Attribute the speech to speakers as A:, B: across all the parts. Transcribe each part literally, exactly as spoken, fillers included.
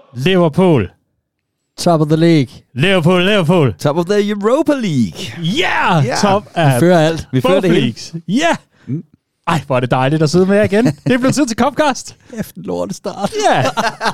A: Liverpool.
B: Top of the league.
A: Liverpool, Liverpool.
C: Top of the Europa League.
A: Yeah! yeah. Top af
B: Vi fører alt.
C: Vi fører det hele.
A: Ja! Yeah. Mm. Ej, hvor er det dejligt at sidde med jer igen. Det er blevet tid til Copcast.
B: Efter lortet start.
A: Ja. Yeah.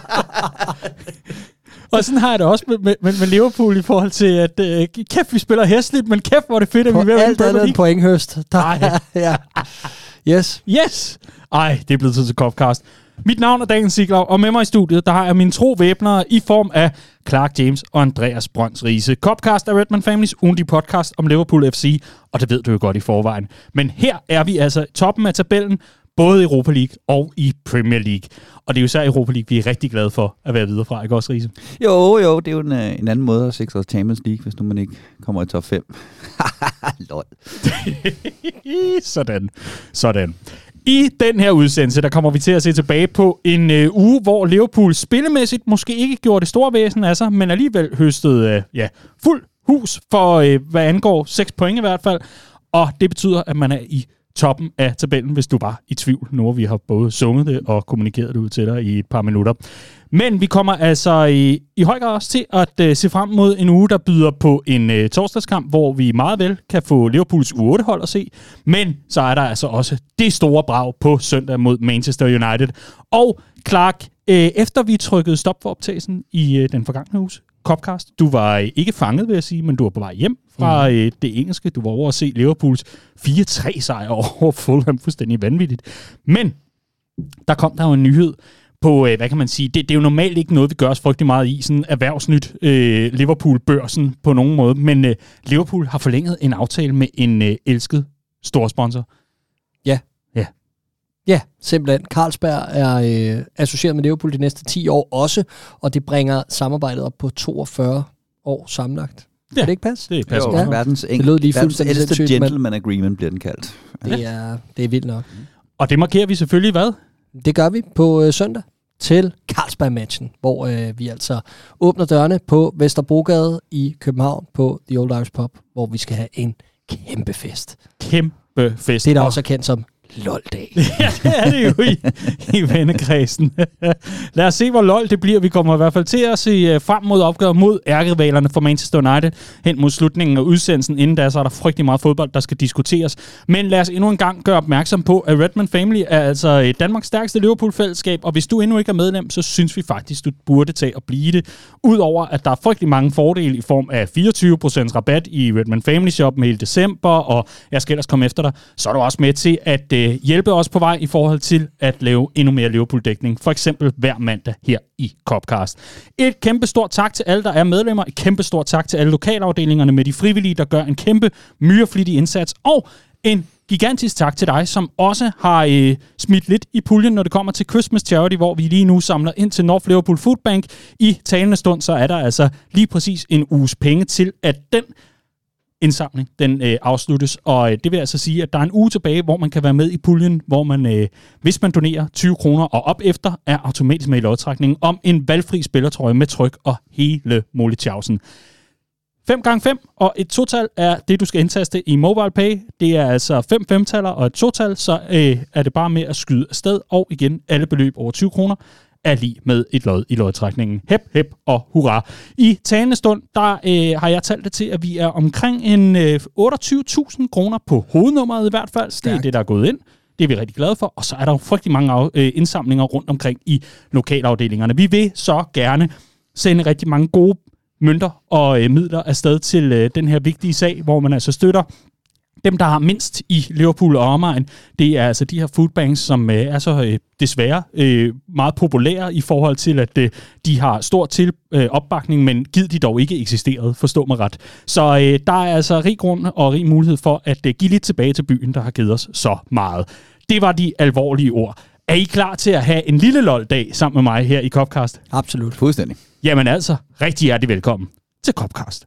A: Og sådan har jeg det også med, med, med Liverpool i forhold til, at øh, kæft, vi spiller hæsligt, men kæft, hvor er det fedt, at
B: på
A: vi er ved at
B: alt andet end pointhøst. Der, ja. Yes.
A: Yes. Ej, det er blevet tid til Copcast. Mit navn er Daniel Siglau, og med mig i studiet, der har jeg mine tro væbnere i form af Clark James og Andreas Brøns Riise. Copcast er Redman Families ugentlige podcast om Liverpool F C, og det ved du jo godt i forvejen. Men her er vi altså toppen af tabellen, både i Europa League og i Premier League. Og det er jo især Europa League, vi er rigtig glade for at være videre fra, ikke også, Riise?
C: Jo, jo, det er jo en, en anden måde at sikre Champions League, hvis nu man ikke kommer i top fem. Lol.
A: Sådan. Sådan. I den her udsendelse, der kommer vi til at se tilbage på en øh, uge, hvor Liverpool spillemæssigt måske ikke gjorde det store væsen af sig, men alligevel høstede øh, ja, fuld hus for, øh, hvad angår seks point i hvert fald. Og det betyder, at man er i toppen af tabellen, hvis du var i tvivl. Nu vi har både sunget det og kommunikeret det ud til dig i et par minutter. Men vi kommer altså i, i høj grad også til at uh, se frem mod en uge, der byder på en uh, torsdagskamp, hvor vi meget vel kan få Liverpools U otte hold at se. Men så er der altså også det store brag på søndag mod Manchester United. Og Clark, uh, efter vi trykkede stop for optagelsen i uh, den forgangne uges Copcast, du var uh, ikke fanget, vil jeg sige, men du var på vej hjem fra uh, det engelske. Du var over at se Liverpools fire tre sejr over Fulham, fuldstændig vanvittigt. Men der kom der jo en nyhed på, hvad kan man sige, det, det er jo normalt ikke noget, vi gør os frygtelig meget i, sådan erhvervsnyt øh, Liverpool-børsen på nogen måde, men øh, Liverpool har forlænget en aftale med en øh, elsket storsponsor.
B: Ja.
A: Ja.
B: Ja, simpelthen. Carlsberg er øh, associeret med Liverpool de næste ti år også, og det bringer samarbejdet op på toogfyrre år sammenlagt.
A: Ja,
B: kan det ikke passe?
A: Det passer.
C: Jo,
A: Ja.
C: verdens,
B: det lød lige
C: verdens ældste
B: sindssygt,
C: gentleman agreement bliver den kaldt.
B: Det er, det er vildt nok.
A: Og det markerer vi selvfølgelig hvad?
B: Det gør vi på øh, søndag til Carlsberg-matchen, hvor øh, vi altså åbner dørene på Vesterbrogade i København på The Old Irish Pub, hvor vi skal have en kæmpe fest.
A: Kæmpe fest.
B: Det er der også kendt som lol-dag.
A: Ja, det er det jo i, i vennekredsen. Lad os se, hvor lol det bliver. Vi kommer i hvert fald til at se frem mod opgøret mod ærkerivalerne for Manchester United hen mod slutningen af udsendelsen. Inden da, så er der frygtelig meget fodbold, der skal diskuteres. Men lad os endnu en gang gøre opmærksom på, at Redman Family er altså Danmarks stærkeste Liverpool-fællesskab, og hvis du endnu ikke er medlem, så synes vi faktisk, du burde tage og blive det. Udover at der er frygtelig mange fordele i form af fireogtyve procent rabat i Redman Family Shop hele december, og jeg skal ellers komme efter dig, så er du også med til at hjælpe os på vej i forhold til at lave endnu mere Liverpool-dækning. For eksempel hver mandag her i Copcast. Et kæmpe stort tak til alle, der er medlemmer. Et kæmpe stort tak til alle lokalafdelingerne med de frivillige, der gør en kæmpe myreflittig indsats. Og en gigantisk tak til dig, som også har øh, smidt lidt i puljen, når det kommer til Christmas Charity, hvor vi lige nu samler ind til North Liverpool Food Bank. I talende stund, så er der altså lige præcis en uges penge til, at den indsamling, den øh, afsluttes, og øh, det vil altså sige, at der er en uge tilbage, hvor man kan være med i puljen, hvor man, øh, hvis man donerer tyve kroner og op efter, er automatisk med i lodtrækningen om en valgfri spillertrøje med tryk og hele moletjavsen. fem gange fem og et total er det, du skal indtaste i MobilePay. Det er altså fem femtaller og et total, så øh, er det bare med at skyde afsted, og igen, alle beløb over tyve kroner er lige med et lod i lodtrækningen. Hep, hep og hurra. I talende stund, der øh, har jeg talt det til, at vi er omkring en øh, otteogtyve tusind kroner på hovednummeret i hvert fald. Stærkt. Det er det, der er gået ind. Det er vi rigtig glade for. Og så er der jo frygtelig mange af, øh, indsamlinger rundt omkring i lokalafdelingerne. Vi vil så gerne sende rigtig mange gode mønter og øh, midler afsted til øh, den her vigtige sag, hvor man altså støtter dem, der har mindst i Liverpool og omegn. Det er altså de her foodbanks, som øh, er så øh, desværre øh, meget populære i forhold til, at øh, de har stor til øh, opbakning, men givet de dog ikke eksisteret, forstå mig ret. Så øh, der er altså rig grund og rig mulighed for at øh, give lidt tilbage til byen, der har givet os så meget. Det var de alvorlige ord. Er I klar til at have en lille lol-dag sammen med mig her i Copcast?
B: Absolut.
C: Fuldstændig.
A: Jamen altså, rigtig hjertelig velkommen til Copcast.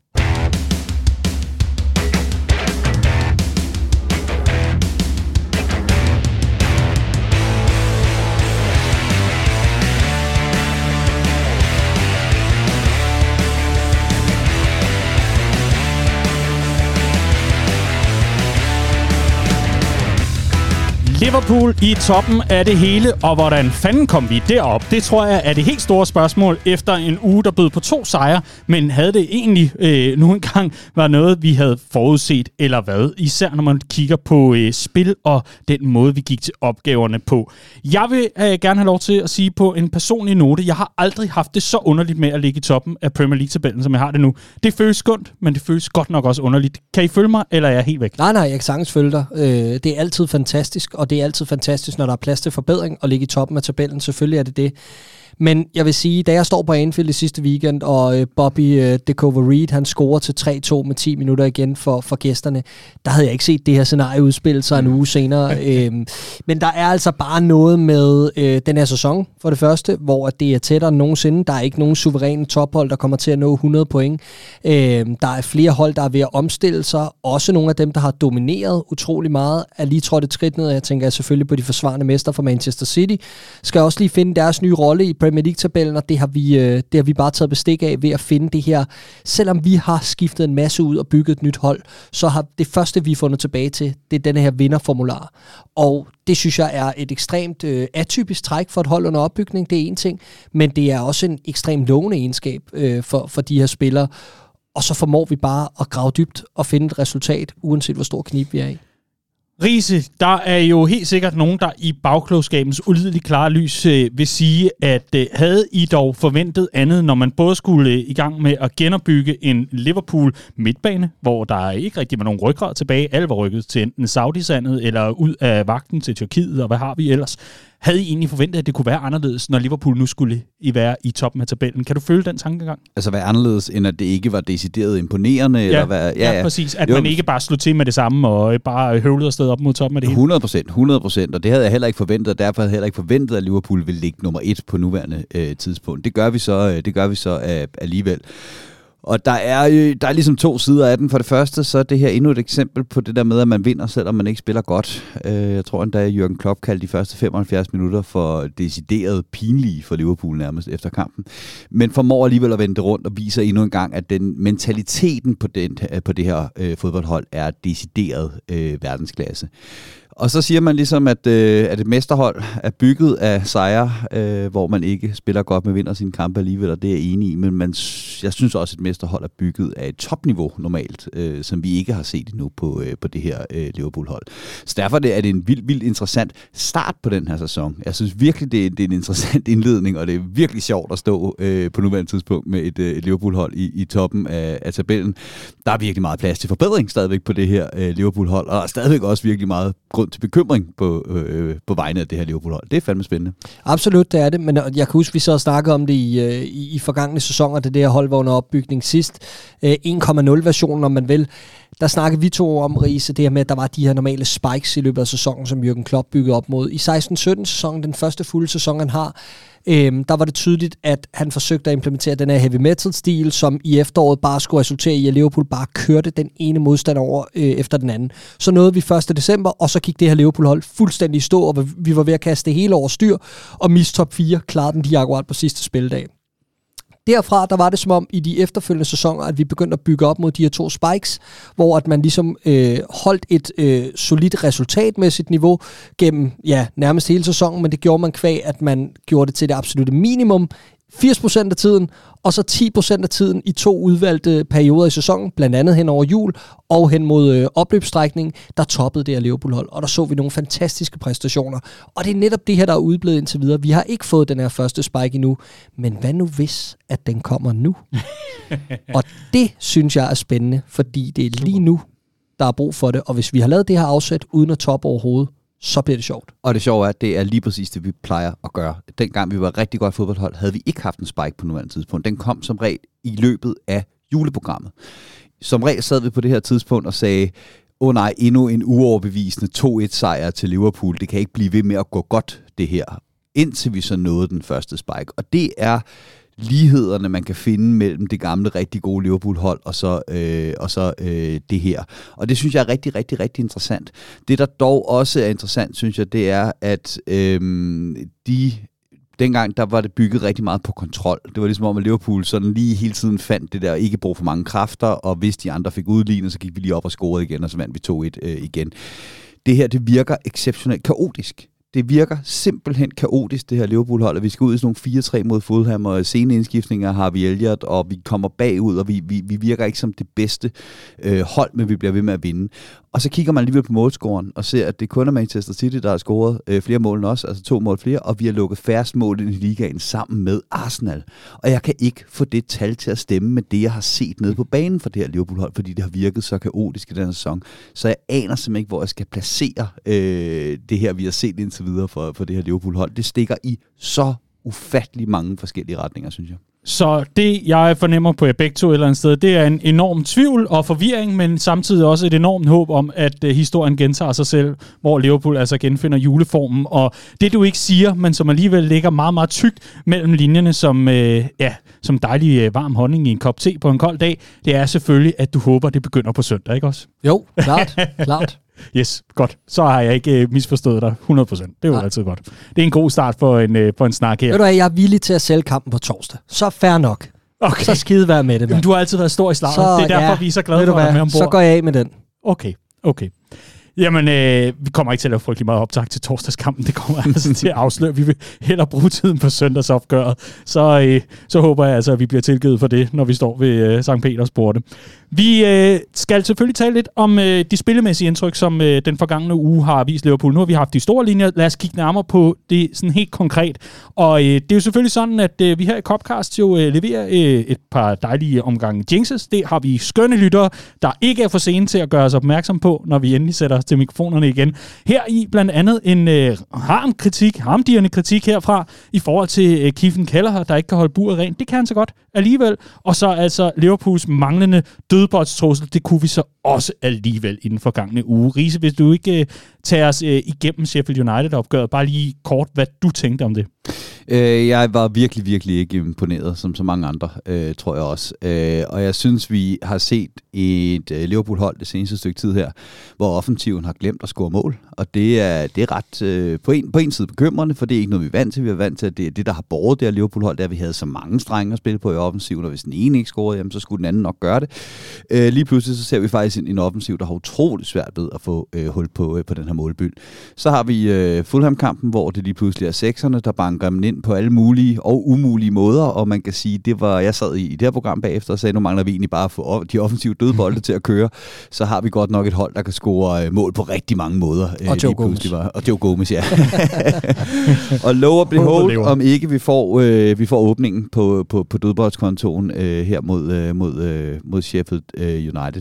A: Liverpool i toppen af det hele, og hvordan fanden kom vi derop? Det tror jeg er det helt store spørgsmål efter en uge, der bød på to sejre, men havde det egentlig øh, nu engang var noget, vi havde forudset, eller hvad? Især når man kigger på øh, spil og den måde, vi gik til opgaverne på. Jeg vil øh, gerne have lov til at sige på en personlig note, jeg har aldrig haft det så underligt med at ligge i toppen af Premier League-tabellen, som jeg har det nu. Det føles skønt, men det føles godt nok også underligt. Kan I følge mig, eller er jeg helt væk?
B: Nej, nej, jeg kan sagtens følge dig. Øh, det er altid fantastisk, og det er altid fantastisk, når der er plads til forbedring og ligge i toppen af tabellen. Selvfølgelig er det det. Men jeg vil sige, da jeg står på Anfield i sidste weekend, og øh, Bobby øh, De Cova-Reed, han scorer til tre to med ti minutter igen for, for gæsterne, der havde jeg ikke set det her scenarie udspille sig en uge senere. øhm, men der er altså bare noget med øh, den her sæson, for det første, hvor det er tættere end nogensinde. Der er ikke nogen suveræne tophold, der kommer til at nå hundrede point. Øhm, der er flere hold, der er ved at omstille sig. Også nogle af dem, der har domineret utrolig meget, er lige trådt et skridt ned. Jeg tænker selvfølgelig på de forsvarende mester fra Manchester City. Skal også lige finde deres nye rolle i Premier League-tabellen, og det har, vi, det har vi bare taget bestik af ved at finde det her. Selvom vi har skiftet en masse ud og bygget et nyt hold, så har det første, vi er fundet tilbage til, det er denne her vinderformular. Og det synes jeg er et ekstremt øh, atypisk træk for et hold under opbygning. Det er en ting, men det er også en ekstremt lovende egenskab øh, for, for de her spillere. Og så formår vi bare at grave dybt og finde et resultat, uanset hvor stor knib vi er i.
A: Riese, der er jo helt sikkert nogen, der i bagklogskabens ulideligt klare lys øh, vil sige, at øh, havde I dog forventet andet, når man både skulle øh, i gang med at genopbygge en Liverpool midtbane, hvor der ikke rigtig var nogen ryggrad tilbage, alle var rykket til enten Saudi-sandet eller ud af vagten til Tyrkiet, og hvad har vi ellers? Havde I egentlig forventet, at det kunne være anderledes, når Liverpool nu skulle I være i toppen af tabellen? Kan du føle den tankegang?
C: Altså være anderledes, end at det ikke var decideret imponerende?
A: Ja,
C: eller hvad? Ja,
A: ja, ja, præcis. At
C: jo.
A: Man ikke bare slog til med det samme og bare høvlede afsted op mod toppen af det hele.
C: hundrede procent, hundrede procent, og det havde jeg heller ikke forventet, og derfor havde jeg heller ikke forventet, at Liverpool ville ligge nummer et på nuværende øh, tidspunkt. Det gør vi så, det gør vi så øh, alligevel. Og der er, der er ligesom to sider af den. For det første, så er det her endnu et eksempel på det der med, at man vinder, selvom man ikke spiller godt. Jeg tror endda, Jürgen Klopp kaldte de første femoghalvfjerds minutter for decideret pinlige for Liverpool nærmest efter kampen. Men formår alligevel at vende det rundt og viser endnu en gang, at den mentaliteten på, den, på det her øh, fodboldhold er decideret øh, verdensklasse. Og så siger man ligesom, at, øh, at et mesterhold er bygget af sejre, øh, hvor man ikke spiller godt med vinder sine kampe alligevel, og det er jeg enig i. Men man, jeg synes også, at et mesterhold er bygget af et topniveau normalt, øh, som vi ikke har set endnu på, øh, på det her øh, Liverpool-hold. Så derfor er det, er det en vildt, vildt interessant start på den her sæson. Jeg synes virkelig, det er, det er en interessant indledning, og det er virkelig sjovt at stå øh, på nuværende tidspunkt med et, øh, et Liverpool-hold i, i toppen af, af tabellen. Der er virkelig meget plads til forbedring stadigvæk på det her øh, Liverpool-hold, og der er stadigvæk også virkelig meget grund til bekymring på, øh, på vegne af det her Liverpool-hold. Det er fandme spændende. Absolut, det er det, men jeg kan huske, vi så har snakket om det i, øh, i, i forgangne sæsoner, det der hold var under opbygning sidst. Øh, en komma nul-versionen, om man vil. Der snakkede vi to om, Riese, det her med, at der var de her normale spikes i løbet af sæsonen, som Jürgen Klopp byggede op mod. I seksten sytten-sæsonen, den første fulde sæson, han har, Øhm, der var det tydeligt, at han forsøgte at implementere den her heavy metal-stil, som i efteråret bare skulle resultere i, at Liverpool bare kørte den ene modstander over øh, efter den anden. Så nåede vi første december, og så gik det her Liverpool-hold fuldstændig i stå, og vi var ved at kaste det hele over styr, og miste top fire, klarede den lige akkurat på sidste spilledag. Derfra, der var det som om i de efterfølgende sæsoner, at vi begyndte at bygge op mod de her to spikes, hvor at man ligesom øh, holdt et øh, solidt resultatmæssigt niveau gennem ja, nærmest hele sæsonen, men det gjorde man kvæg, at man gjorde det til det absolutte minimum, firs procent af tiden, og så ti procent af tiden i to udvalgte perioder i sæsonen, blandt andet hen over jul og hen mod øh, opløbsstrækningen, der toppede det her Liverpool-hold, og der så vi nogle fantastiske præstationer. Og det er netop det her, der er udblevet indtil videre. Vi har ikke fået den her første spike endnu, men hvad nu hvis, at den kommer nu? Og det synes jeg er spændende, fordi det er lige nu, der er brug for det, og hvis vi har lavet det her afsæt uden at toppe overhovedet, så bliver det sjovt. Og det sjove er, at det er lige præcis det, vi plejer at gøre. Dengang vi var rigtig godt fodboldhold, havde vi ikke haft en spike på nuværende tidspunkt. Den kom som regel i løbet af juleprogrammet. Som regel sad vi på det her tidspunkt og sagde, åh oh nej, endnu en uoverbevisende to et sejr til Liverpool. Det kan ikke blive ved med at gå godt, det her. Indtil vi så nåede den første spike. Og det er lighederne, man kan finde mellem det gamle, rigtig gode Liverpool-hold og så, øh, og så øh, det her. Og det synes jeg er rigtig, rigtig, rigtig interessant. Det, der dog også er interessant, synes jeg, det er, at øh, de... Dengang, der var det bygget rigtig meget på kontrol. Det var ligesom om, at Liverpool sådan lige hele tiden fandt det der, ikke brug for mange kræfter, og hvis de andre fik udlignet, så gik vi lige op og scorede igen, og så vandt vi to et øh, igen. det her, det virker exceptionelt kaotisk. Det virker simpelthen kaotisk, det her Liverpool-hold, at vi skal ud i sådan nogle fire tre mod Fulham, og sene indskiftninger har vi Elliot, og vi kommer bagud, og vi, vi, vi virker ikke som det bedste øh, hold, men vi bliver ved med at vinde. Og så kigger man alligevel på målscoren, og ser, at det kun er Manchester City, der har scoret øh, flere mål end os, altså to mål flere, og vi har lukket færrest mål ind i ligaen sammen med Arsenal. Og jeg kan ikke få det tal til at stemme med det, jeg har set nede på banen for det her Liverpool-hold, fordi det har virket så kaotisk i den sæson. Så jeg aner simpelthen ikke, hvor jeg skal placere øh, det her, vi har set indtil videre for, for det her Liverpool-hold. Det stikker i så ufattelig mange forskellige retninger, synes jeg.
A: Så det, jeg fornemmer på jer begge to et eller andet sted, det er en enorm tvivl og forvirring, men samtidig også et enormt håb om, at uh, historien gentager sig selv, hvor Liverpool altså genfinder juleformen. Og det, du ikke siger, men som alligevel ligger meget, meget tykt mellem linjerne, som, uh, ja, som dejlig uh, varm honning i en kop te på en kold dag, det er selvfølgelig, at du håber, det begynder på søndag, ikke også?
B: Jo, klart, klart.
A: Yes, godt. Så har jeg ikke øh, misforstået dig hundrede procent. Det er jo altid godt. Det er en god start på en, øh, på en snak her.
B: Ved du hvad, jeg er villig til at sælge kampen på torsdag. Så fair nok.
A: Okay.
B: Så skide være med det,
A: mand. Du har altid været stor i slaget. Det er derfor, ja, vi er så glade for at være med ombord.
B: Så går jeg af med den.
A: Okay, okay. Jamen, øh, vi kommer ikke til at lave frygtelig meget optag til torsdagskampen. Det kommer altså til at afsløre. Vi vil hellere bruge tiden på søndagsopgøret. Så, øh, så håber jeg altså, at vi bliver tilgivet for det, når vi står ved øh, Sankt Peters porte. Vi øh, skal selvfølgelig tale lidt om øh, de spillemæssige indtryk, som øh, den forgangne uge har vist Liverpool. Nu har vi haft de store linjer. Lad os kigge nærmere på det sådan helt konkret. Og øh, det er jo selvfølgelig sådan, at øh, vi her i Copcast jo øh, leverer øh, et par dejlige omgange jinxes. Det har vi skønne lyttere, der ikke er for sene til at gøre os opmærksom på, når vi endelig sætter til mikrofonerne igen. Her i blandt andet en øh, harm kritik, harmdirrende kritik herfra i forhold til øh, Kiefer Kelleher, der ikke kan holde buret rent. Det kan han så godt alligevel. Og så altså Liverpools manglende dødboldstrussel, det kunne vi så også alligevel i den forgangne uge. Riese, hvis du ikke øh, tager os øh, igennem Sheffield United-opgøret, bare lige kort, hvad du tænkte om det.
C: Øh, jeg var virkelig, virkelig ikke imponeret, som så mange andre, øh, tror jeg også. Øh, og jeg synes, vi har set et øh, Liverpool-hold det seneste stykke tid her, hvor offensiven har glemt at score mål. Og det er, det er ret øh, på, en, på en side bekymrende, for det er ikke noget, vi er vant til. Vi er vant til, at det er det, der har båret det her Liverpool-hold, det er, at vi havde så mange strenge at spille på i offensiven, og hvis den ene ikke scorede, jamen, så skulle den anden nok gøre det. Øh, lige pludselig så ser vi faktisk en, en offensiv, der har utroligt svært ved at få øh, hul på, øh, på den her målbyld. Så har vi øh, Fulham-kampen, hvor det lige pludselig er sekserne, der banker dem ind på alle mulige og umulige måder, og man kan sige, det var, jeg sad i, i det her program bagefter og sagde, nu mangler vi egentlig bare at få de offensive dødbolde til at køre, så har vi godt nok et hold, der kan score mål på rigtig mange måder.
B: Og Joe Gomez.
C: Var, og Joe Gomez, ja. Og low og behold, om ikke vi får, øh, vi får åbningen på, på, på dødboldskontoen øh, her mod, øh, mod, øh, mod Sheffield øh, United.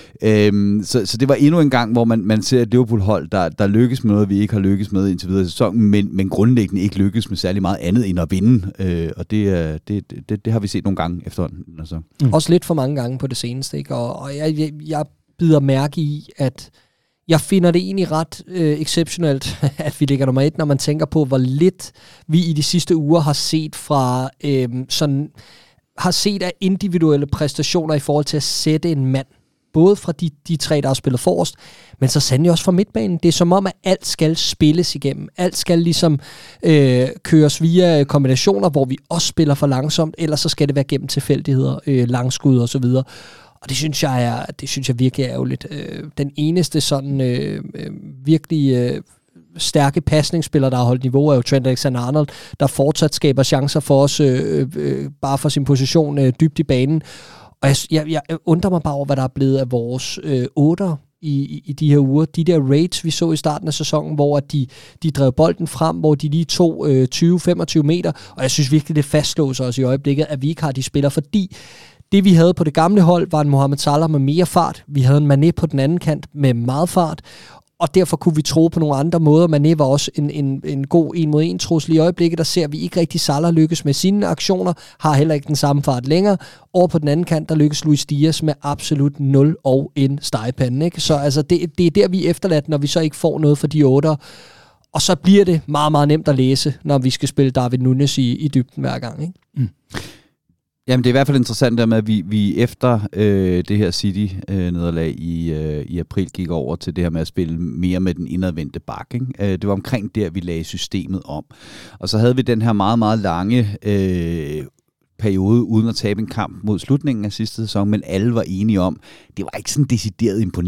C: Øhm, så, så det var endnu en gang, hvor man, man ser et Liverpool-hold, der, der lykkes med noget, vi ikke har lykkes med indtil videre i sæsonen, men, men grundlæggende ikke lykkes med særlig meget andet end at vinde. Øh, og det, det, det, det har vi set nogle gange efterhånden. Altså.
B: Mm. Også lidt for mange gange på det seneste, ikke? Og, og jeg, jeg, jeg bider mærke i, at jeg finder det egentlig ret øh, exceptionelt, at vi ligger nummer et, når man tænker på, hvor lidt vi i de sidste uger har set fra øh, sådan, har set af individuelle præstationer i forhold til at sætte en mand. Både fra de, de tre, der har spillet forrest, men så sandelig også fra midtbanen. Det er som om, at alt skal spilles igennem. Alt skal ligesom øh, køres via kombinationer, hvor vi også spiller for langsomt, ellers så skal det være gennem tilfældigheder, øh, langskud og så videre. Og det synes jeg er, det synes jeg virkelig er ærgerligt. Øh, den eneste sådan øh, øh, virkelig øh, stærke pasningsspiller, der har holdt niveau, er jo Trent Alexander-Arnold, der fortsat skaber chancer for os, øh, øh, bare for sin position øh, dybt i banen. Og jeg, jeg, jeg undrer mig bare over, hvad der er blevet af vores øh, otter i, i, i de her uger. De der raids, vi så i starten af sæsonen, hvor de, de drev bolden frem, hvor de lige tog øh, tyve til femogtyve meter. Og jeg synes virkelig, det fastslås os i øjeblikket, at vi ikke har de spillere, fordi det, vi havde på det gamle hold, var en Mohamed Salah med mere fart. Vi havde en Mané på den anden kant med meget fart. Og derfor kunne vi tro på nogle andre måder. Mané var også en, en, en god en mod en trussel i øjeblikket. Der ser vi ikke rigtig Salah lykkes med sine aktioner. Har heller ikke den samme fart længere. Over på den anden kant, der lykkes Luis Diaz med absolut nul og en stegepande. Ikke? Så altså, det, det er der, vi er efterladt, når vi så ikke får noget for de otter. Og så bliver det meget, meget nemt at læse, når vi skal spille David Nunes i, i dybden hver gang. Ikke? Mm.
C: Jamen, det er i hvert fald interessant der med, at vi, vi efter øh, det her City-nederlag øh, i, øh, i april gik over til det her med at spille mere med den indadvendte bakke. Øh, det var omkring der, vi lagde systemet om. Og så havde vi den her meget, meget lange øh, periode uden at tabe en kamp mod slutningen af sidste sæson, men alle var enige om, det var ikke sådan decideret imponerende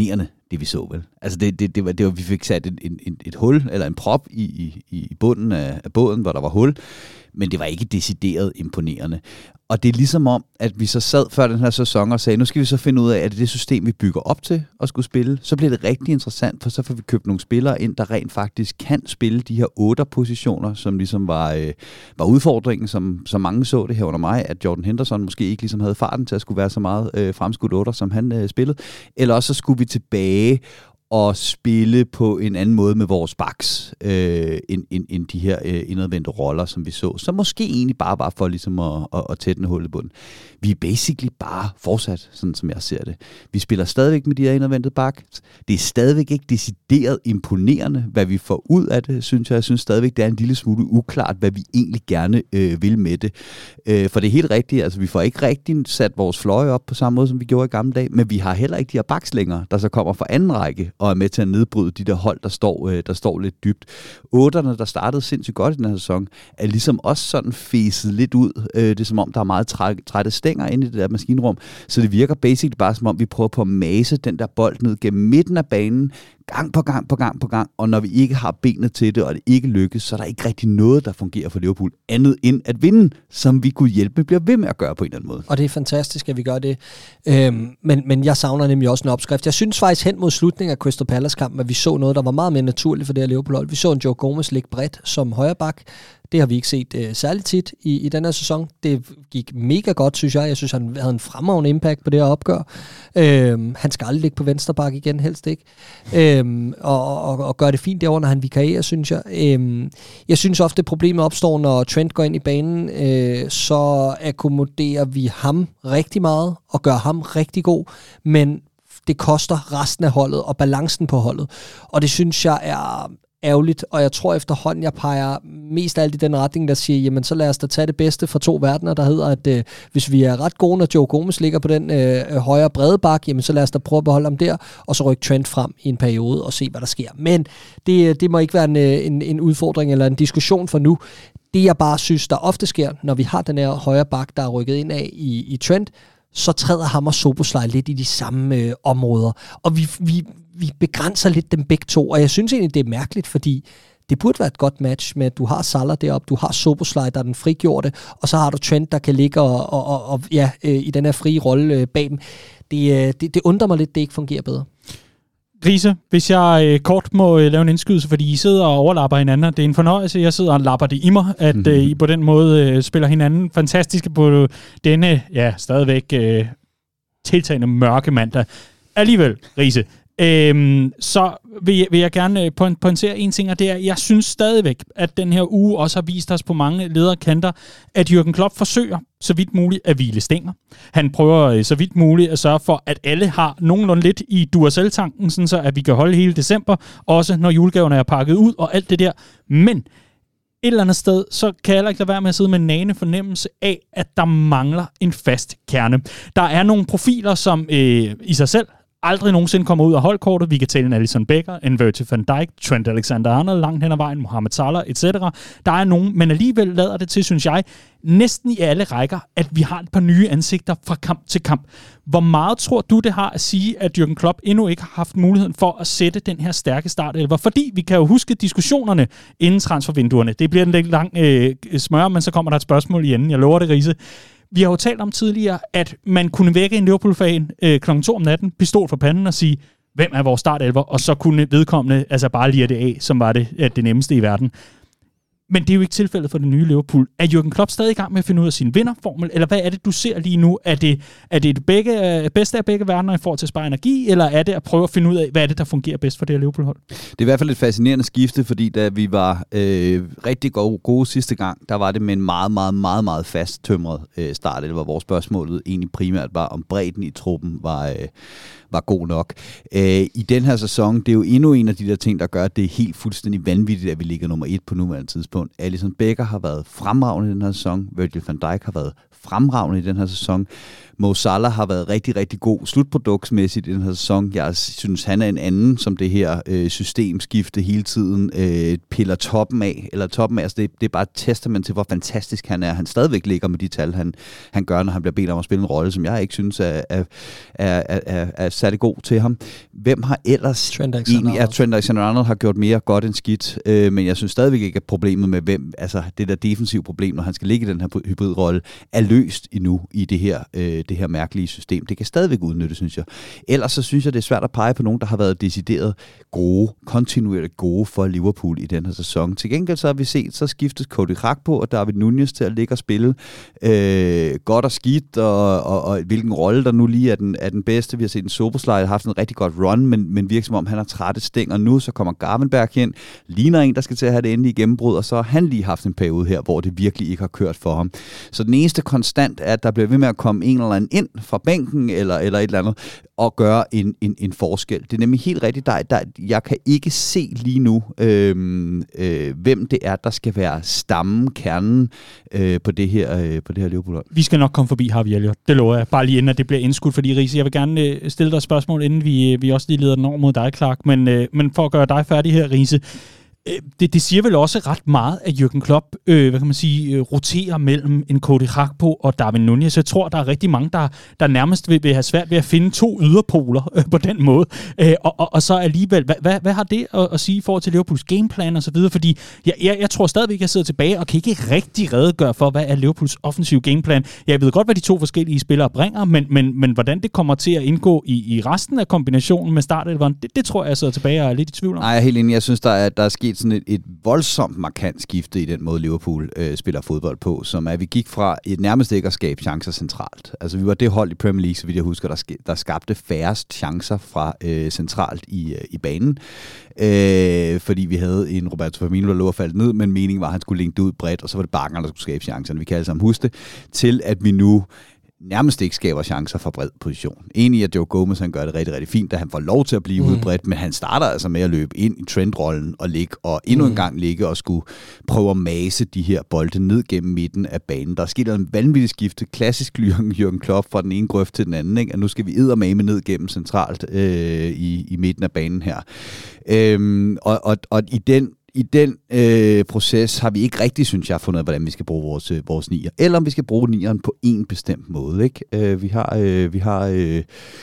C: det vi så, vel? Altså, det, det, det, var, det var, vi fik sat et, et, et hul, eller en prop i, i, i bunden af, af båden, hvor der var hul, men det var ikke decideret imponerende. Og det er ligesom om, at vi så sad før den her sæson og sagde, nu skal vi så finde ud af, at det er det system, vi bygger op til at skulle spille. Så bliver det rigtig interessant, for så får vi købt nogle spillere ind, der rent faktisk kan spille de her otte positioner, som ligesom var, øh, var udfordringen, som, som mange så det her under mig, at Jordan Henderson måske ikke ligesom havde farten til at skulle være så meget øh, fremskudt otter, som han øh, spillede. Eller også så skulle vi tilbage og spille på en anden måde med vores backs, øh, end, end, end de her øh, indadvendte roller, som vi så. Så måske egentlig bare var for ligesom at, at, at tætte en hul i bunden. Vi er basically bare fortsat, sådan som jeg ser det. Vi spiller stadigvæk med de her indadvendte backs. Det er stadigvæk ikke decideret imponerende, hvad vi får ud af det, synes jeg. Jeg synes stadigvæk, det er en lille smule uklart, hvad vi egentlig gerne øh, vil med det. Øh, for det er helt rigtigt, altså vi får ikke rigtig sat vores fløje op på samme måde, som vi gjorde i gamle dage, men vi har heller ikke de her backs længere, der så kommer fra anden række, og er med til at nedbryde de der hold, der står, øh, der står lidt dybt. Otterne, der startede sindssygt godt i den her sæson, er ligesom også sådan fæset lidt ud. Øh, det er som om, der er meget træ, trætte stænger inde i det der maskinrum, så det virker basically bare som om, vi prøver på at mase den der bold ned gennem midten af banen, gang på gang på gang på gang, og når vi ikke har benet til det, og det ikke lykkes, så er der ikke rigtig noget, der fungerer for Liverpool, andet end at vinde, som vi kunne hjælpe med, bliver ved med at gøre på en eller anden måde.
B: Og det er fantastisk, at vi gør det. Øhm, men, men jeg savner nemlig også en opskrift. Jeg synes faktisk hen mod slutningen af Crystal Palace-kampen, at vi så noget, der var meget mere naturligt for det her Liverpool-hold. Vi så en Joe Gomez ligge bredt som højreback. Det har vi ikke set øh, særligt tit i, i den her sæson. Det gik mega godt, synes jeg. Jeg synes, han havde en fremragende impact på det her opgør. Øhm, han skal aldrig ligge på venstre back igen, helst ikke. Øhm, og, og, og gør det fint derovre, når han vikarierer, synes jeg. Øhm, jeg synes ofte, at problemet opstår, når Trent går ind i banen. Øh, så akkommoderer vi ham rigtig meget og gør ham rigtig god. Men det koster resten af holdet og balancen på holdet. Og det synes jeg er ærgerligt, og jeg tror efterhånden, jeg peger mest af alt i den retning, der siger, jamen så lad os da tage det bedste fra to verdener, der hedder, at øh, hvis vi er ret gode, når Joe Gomez ligger på den øh, højre brede bak, jamen så lad os da prøve at beholde ham der, og så rykke Trent frem i en periode og se, hvad der sker. Men det, det må ikke være en, en, en udfordring eller en diskussion for nu. Det jeg bare synes, der ofte sker, når vi har den her højre bak, der er rykket ind af i, i Trent, så træder ham og Szoboszlai lidt i de samme øh, områder. Og vi, vi, vi begrænser lidt dem begge to. Og jeg synes egentlig, det er mærkeligt, fordi det burde være et godt match med, at du har Salah deroppe, du har Szoboszlai, der er den frigjorte, og så har du Trent, der kan ligge og, og, og, og ja, øh, i den her frie rolle øh, bag dem. Det, øh, det, det undrer mig lidt, det ikke fungerer bedre.
A: Grise, hvis jeg øh, kort må øh, lave en indskydelse, fordi I sidder og overlapper hinanden, det er en fornøjelse, jeg sidder og lapper det i mig, at mm-hmm. øh, I på den måde øh, spiller hinanden fantastisk på denne, ja, stadigvæk øh, tiltagende mørke mandag. Alligevel, Grise, Øhm, så vil, vil jeg gerne pointere en ting, og det er, jeg synes stadigvæk, at den her uge også har vist os på mange lederkanter, at Jürgen Klopp forsøger så vidt muligt at hvile stænger. Han prøver så vidt muligt at sørge for, at alle har nogenlunde lidt i Duracell-tanken, sådan så at vi kan holde hele december, også når julegaverne er pakket ud og alt det der. Men et eller andet sted, så kan jeg ikke lade være med at sidde med en nagende fornemmelse af, at der mangler en fast kerne. Der er nogle profiler, som øh, i sig selv aldrig nogensinde kommer ud af holdkortet. Vi kan tælle en Alisson Becker, en Virgil van Dijk, Trent Alexander-Arnold langt hen ad vejen, Mohamed Salah et cetera. Der er nogen, men alligevel lader det til, synes jeg, næsten i alle rækker, at vi har et par nye ansigter fra kamp til kamp. Hvor meget tror du, det har at sige, at Jürgen Klopp endnu ikke har haft muligheden for at sætte den her stærke startelver? Fordi vi kan jo huske diskussionerne inden transfervinduerne. Det bliver en lidt lang øh, smør, men så kommer der et spørgsmål i enden. Jeg lover det, Riese. Vi har jo talt om tidligere, at man kunne vække en Liverpool-fan øh, klokken to om natten, pistol for panden og sige, hvem er vores startelver? Og så kunne vedkommende altså bare lire det af, som var det, det nemmeste i verden. Men det er jo ikke tilfældet for det nye Liverpool. Er Jürgen Klopp stadig i gang med at finde ud af sin vinderformel? Eller hvad er det, du ser lige nu? Er det, er det det begge, bedste af begge verdener i forhold til at spare energi? Eller er det at prøve at finde ud af, hvad er det, der fungerer bedst for det her Liverpool-hold?
C: Det er i hvert fald et fascinerende skifte, fordi da vi var øh, rigtig gode, gode sidste gang, der var det med en meget, meget, meget, meget fast tømret øh, start. Det var vores spørgsmålet egentlig primært var, om bredden i truppen var... Øh, var god nok. Øh, I den her sæson, det er jo endnu en af de der ting, der gør, at det er helt fuldstændig vanvittigt, at vi ligger nummer et på nuværende tidspunkt. Alisson Becker har været fremragende i den her sæson. Virgil van Dijk har været fremragende i den her sæson. Mo Salah har været rigtig, rigtig god slutproduktsmæssigt i den her sæson. Jeg synes, han er en anden, som det her øh, systemskifte hele tiden øh, piller toppen af. Eller toppen af, altså det, det er bare et testament til, hvor fantastisk han er. Han stadigvæk ligger med de tal, han, han gør, når han bliver bedt om at spille en rolle, som jeg ikke synes er, er, er, er, er særlig god til ham. Hvem har ellers
B: Trent
C: egentlig... Ja, Trent Alexander-Arnold har gjort mere godt end skidt, øh, men jeg synes stadigvæk ikke, at problemet med hvem, altså det der defensive problem, når han skal ligge i den her hybridrolle, er løst endnu i det her, øh, det her mærkelige system. Det kan stadigvæk udnytte, synes jeg. Ellers så synes jeg, det er svært at pege på nogen, der har været decideret gode, kontinuerligt gode for Liverpool i den her sæson. Til gengæld så har vi set, så skiftes Cody Gakpo og David Nunez til at ligge og spille øh, godt og skidt, og, og, og hvilken rolle der nu lige er den, er den bedste. Vi har set en Soboslaj, har haft en rigtig godt run, men, men virker som om, han har trætte stænger nu, så kommer Gravenberch ind, ligner en, der skal til at have det endelige gennembrud, og så har han lige haft en periode her, hvor det virkelig ikke har kørt for ham. Så den eneste konstant er, at der bliver ved med at komme en eller anden ind fra bænken, eller, eller et eller andet, og gøre en, en, en forskel. Det er nemlig helt rigtigt, der, der, jeg kan ikke se lige nu, øh, øh, hvem det er, der skal være stammen, kernen øh, på det her, øh, på det her Liverpool-hold.
A: Vi skal nok komme forbi Harvey Elliott, det lover jeg, bare lige inden at det bliver indskudt, fordi Riese, jeg vil gerne øh, stille dig et spørgsmål, inden vi, vi også lige leder den over mod dig, Clark, men, øh, men for at gøre dig færdig her, Riese, Det, det siger vel også ret meget, at Jürgen Klopp, øh, hvad kan man sige, øh, roterer mellem en Cody Gakpo og Darwin Nunez. Jeg tror, der er rigtig mange, der, der nærmest vil, vil have svært ved at finde to yderpoler øh, på den måde. Øh, og, og, og så alligevel, hvad, hvad, hvad har det at, at sige i forhold til Liverpools gameplan og så videre? Fordi jeg, jeg, jeg tror stadigvæk, jeg sidder tilbage og kan ikke rigtig redegøre for, hvad er Liverpools offensive gameplan. Jeg ved godt, hvad de to forskellige spillere bringer, men, men, men hvordan det kommer til at indgå i, i resten af kombinationen med startelveren, det, det tror jeg, jeg sidder tilbage og er lidt i tvivl om.
C: Nej, jeg er helt enig. Jeg synes, der er, der er sket sådan et, et voldsomt markant skifte i den måde, Liverpool øh, spiller fodbold på, som er, vi gik fra et nærmest ikke at skabe chancer centralt. Altså, vi var det hold i Premier League, så vidt jeg husker, der, sk- der skabte færrest chancer fra øh, centralt i, øh, i banen, øh, fordi vi havde en Roberto Firmino, der lå og faldt ned, men meningen var, at han skulle linke det ud bredt, og så var det Bakker, der skulle skabe chancerne. Vi kan alle sammen huske det, til at vi nu nærmest ikke skaber chancer for bred position. Enig i, at Joe Gomez, han gør det rigtig, rigtig fint, da han får lov til at blive mm. ude bredt, men han starter altså med at løbe ind i trendrollen og ligge, og endnu mm. en gang ligge og skulle prøve at mase de her bolde ned gennem midten af banen. Der er sket en vanvittig skifte, klassisk Jürgen Klopp fra den ene grøft til den anden, ikke? Og nu skal vi eddermame ned gennem centralt øh, i, i midten af banen her. Øhm, og, og, og i den I den øh, proces har vi ikke rigtig, synes jeg, fundet ud af, hvordan vi skal bruge vores, øh, vores nier. Eller om vi skal bruge nieren på en bestemt måde. Ikke? Øh, vi har, øh, vi har øh,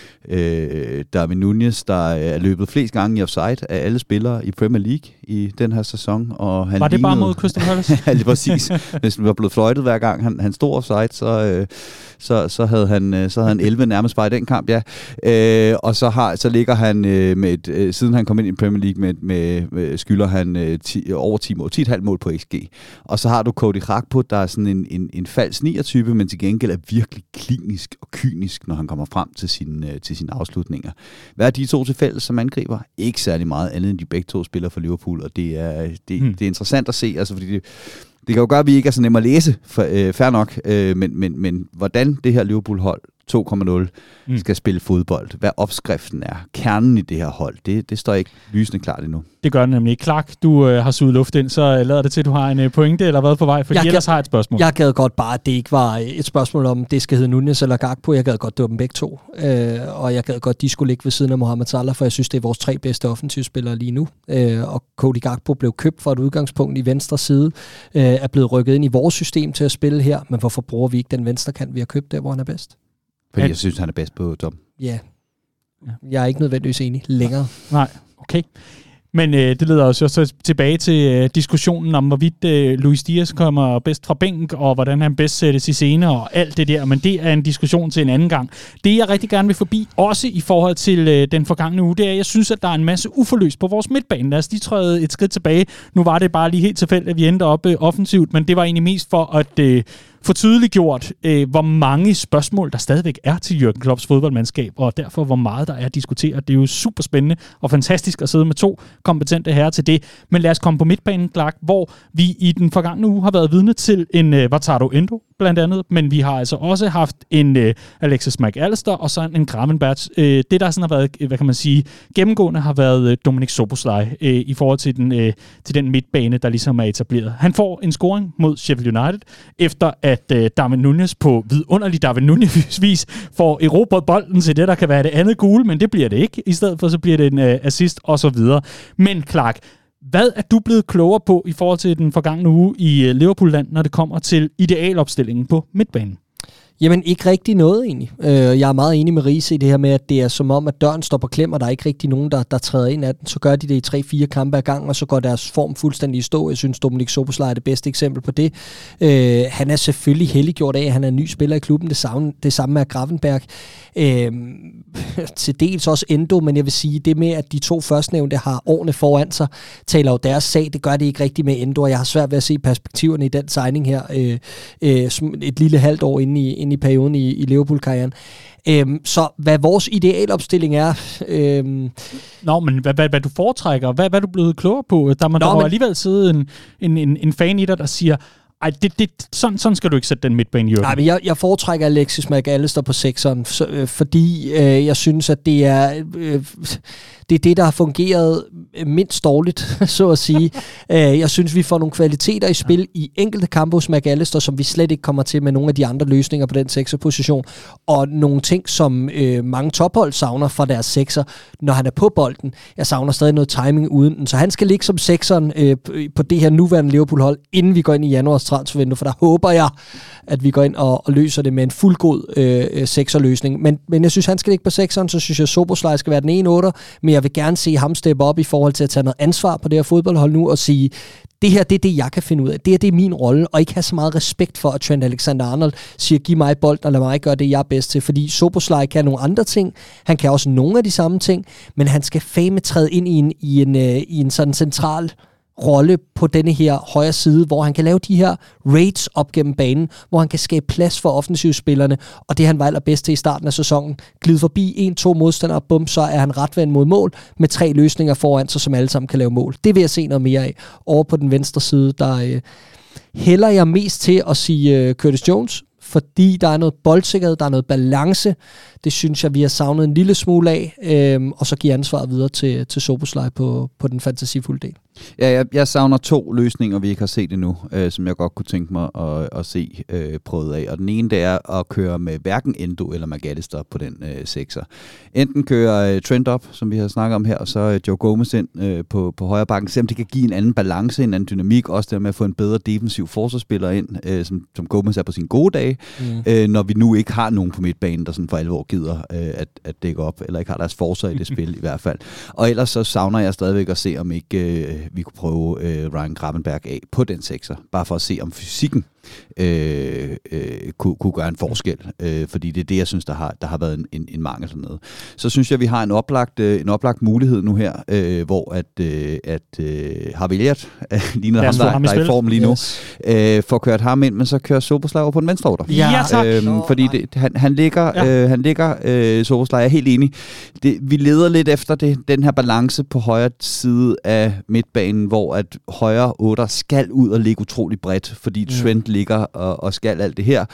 C: øh, Darwin Nunez, der er løbet flest gange i offside af alle spillere i Premier League i den her sæson. Og han
A: var det
C: lignede,
A: bare mod Crystal Palace?
C: Ja, lige præcis. Hvis han var blevet fløjtet hver gang han, han stod offside, så, øh, så, så, havde han, så havde han elleve nærmest bare i den kamp. Ja. Øh, og så, har, så ligger han øh, med et, øh, siden han kom ind i Premier League, med, med, med skylder han øh, ti, over ti mål, ti komma fem mål på X G. Og så har du Cody Gakpo, der er sådan en, en, en falsk nier-type, men til gengæld er virkelig klinisk og kynisk, når han kommer frem til sine, øh, til sine afslutninger. Hvad er de to til fælles som angriber? Ikke særlig meget andet, end de begge to spiller for Liverpool, og det er, det, hmm. det er interessant at se, altså fordi det, det kan jo gøre, at vi ikke er så nemme at læse, for, øh, fair nok, øh, men, men, men hvordan det her Liverpool-hold to komma nul mm. skal spille fodbold, hvad opskriften er, kernen i det her hold, det, det står ikke lysende klart endnu.
A: Det gør det nemlig ikke. Clark, du øh, har suget luft ind, så lader det til, at du har en øh, pointe eller hvad på vej, for ellers har jeg et spørgsmål.
B: Jeg gad godt bare, at det ikke var et spørgsmål om, det skal hedde Nunez eller Gakpo. Jeg gad godt, det var dem begge to. Øh, og jeg gad godt, de skulle ligge ved siden af Mohamed Salah, for jeg synes, det er vores tre bedste offensivspillere lige nu. Øh, og Cody Gakpo blev købt fra et udgangspunkt i venstre side, øh, er blevet rykket ind i vores system til at spille her, men hvorfor bruger vi ikke den venstre kant, vi har købt der, hvor han er bedst?
C: Fordi jeg synes, han er bedst på top.
B: Ja. Jeg er ikke nødvendigvis enig længere.
A: Nej, okay. Men øh, det leder os jo så tilbage til øh, diskussionen om, hvorvidt øh, Luis Diaz kommer bedst fra bænk, og hvordan han bedst sættes i scene, og alt det der. Men det er en diskussion til en anden gang. Det, jeg rigtig gerne vil forbi, også i forhold til øh, den forgangne uge, det er, at jeg synes, at der er en masse uforløst på vores midtbane. Lad os lige træde et skridt tilbage. Nu var det bare lige helt tilfældigt, at vi endte op øh, offensivt, men det var egentlig mest for at øh, få tydeliggjort, øh, hvor mange spørgsmål, der stadigvæk er til Jürgen Klopps fodboldmandskab, og derfor hvor meget der er at diskutere. Det er jo super spændende og fantastisk at sidde med to kompetente herrer til det. Men lad os komme på midtbanen, Clark, hvor vi i den forgangne uge har været vidne til en uh, Wataru Endo blandt andet, men vi har altså også haft en øh, Alexis McAllister og så en Gravenberch. Øh, det, der sådan har været, hvad kan man sige, gennemgående har været øh, Dominik Szoboszlai øh, i forhold til den, øh, til den midtbane, der ligesom er etableret. Han får en scoring mod Sheffield United, efter at øh, Darwin Núñez på vidunderlig Darwin Núñez-vis får erobret bolden til det, der kan være det andet gule, men det bliver det ikke. I stedet for, så bliver det en øh, assist og så videre. Men Clark, hvad er du blevet klogere på i forhold til den forgangne uge i øh, Liverpool-land, når det kommer til idealopstillingen på midtbanen?
B: Jamen, ikke rigtig noget egentlig. Jeg er meget enig med Riese i det her med, at det er som om, at døren står på klem, og der er ikke rigtig nogen, der, der træder ind af den. Så gør de det i tre fire kampe ad gang, og så går deres form fuldstændig i stå. Jeg synes, Dominik Szoboszlai er det bedste eksempel på det. Øh, han er selvfølgelig heldiggjort af, at han er en ny spiller i klubben. Det samme, det samme er Gravenberg. Øh, til dels også Endo, men jeg vil sige, det med, at de to førstnævnte har årene foran sig, taler jo deres sag. Det gør det ikke rigtigt med Endo, og jeg har svært ved at se perspektiverne i den signing her. Øh, øh, et lille halvt år inde i i perioden i, i Liverpool-karrieren. Øhm, så hvad vores idealopstilling er... Øhm,
A: Nå, men hvad, hvad, hvad du foretrækker, hvad, hvad er du blevet klogere på? Der må Nå, der men, alligevel sidde en, en, en, en fan i dig, der siger, ej, det, det, sådan, sådan skal du ikke sætte den midtbane i.
B: Nej, men jeg, jeg foretrækker Alexis McAllister på sekseren, så, øh, fordi øh, jeg synes, at det er... Øh, det er det, der har fungeret mindst dårligt, så at sige. Jeg synes, vi får nogle kvaliteter i spil i enkelte kampe hos McAllister, som vi slet ikke kommer til med nogle af de andre løsninger på den sekserposition, og nogle ting, som øh, mange tophold savner fra deres sekser, når han er på bolden. Jeg savner stadig noget timing uden den, så han skal ligge som sekseren øh, på det her nuværende Liverpool-hold, inden vi går ind i januars transfervindue, for der håber jeg, at vi går ind og, og løser det med en fuldgod øh, sekserløsning. Men, men jeg synes, han skal ligge på sekseren, så synes jeg, Szoboszlai skal være den ene otter, men jeg vil gerne se ham steppe op i forhold til at tage noget ansvar på det her fodboldhold nu og sige, det her, det er det, jeg kan finde ud af. Det her, det er min rolle, og ikke have så meget respekt for, at Trent Alexander-Arnold siger, giv mig bolden, og lad mig gøre det, jeg er bedst til. Fordi Szoboszlai kan nogle andre ting, han kan også nogle af de samme ting, men han skal fame træde ind i en, i en, i en sådan central rolle på denne her højre side, hvor han kan lave de her raids op gennem banen, hvor han kan skabe plads for offensivspillerne, og det han var allerbedst til i starten af sæsonen. Glide forbi en to modstandere, bum, så er han retvendt mod mål, med tre løsninger foran sig, som alle sammen kan lave mål. Det vil jeg se noget mere af. Over på den venstre side, der øh, hælder jeg mest til at sige øh, Curtis Jones, fordi der er noget boldsikkerhed, der er noget balance. Det synes jeg, vi har savnet en lille smule af, øhm, og så giver ansvaret videre til, til Szoboszlai på, på den fantasifulde del.
C: Ja, jeg, jeg savner to løsninger, vi ikke har set endnu, øh, som jeg godt kunne tænke mig at, at se øh, prøvet af. Og den ene, det er at køre med hverken Endo eller McAllister på den øh, sekser. Enten køre øh, Trent op, som vi har snakket om her, og så øh, Joe Gomez ind øh, på, på højre bakken, selvom det kan give en anden balance, en anden dynamik, også der med at få en bedre defensiv forsvarsspiller ind, øh, som, som Gomez er på sine gode dage, mm. øh, når vi nu ikke har nogen på midtbanen, der sådan for alvor gider øh, at, at dække op, eller ikke har deres forsvar i det spil i hvert fald. Og ellers så savner jeg stadigvæk at se, om ikke øh, vi kunne prøve øh, Ryan Gravenberg af på den sekser, bare for at se, om fysikken øh, øh, kunne, kunne gøre en forskel, øh, fordi det er det, jeg synes, der har, der har været en, en, en mangel dernede. Så synes jeg, vi har en oplagt, øh, en oplagt mulighed nu her, øh, hvor at, øh, at øh, Harvey Elliott øh, ligner ham, der, ham der er i form lige nu, yes. øh, får kørt ham ind, men så kører Szoboszlai over på den venstre otter.
A: Ja, tak.
C: Øhm, fordi det, han, han ligger, ja. øh, han ligger øh, Szoboszlai, jeg er helt enig. Det, vi leder lidt efter det, den her balance på højre side af midtbanen, hvor at højre otter skal ud og ligge utrolig bredt, fordi mm. Trent ligger og, og skal alt det her,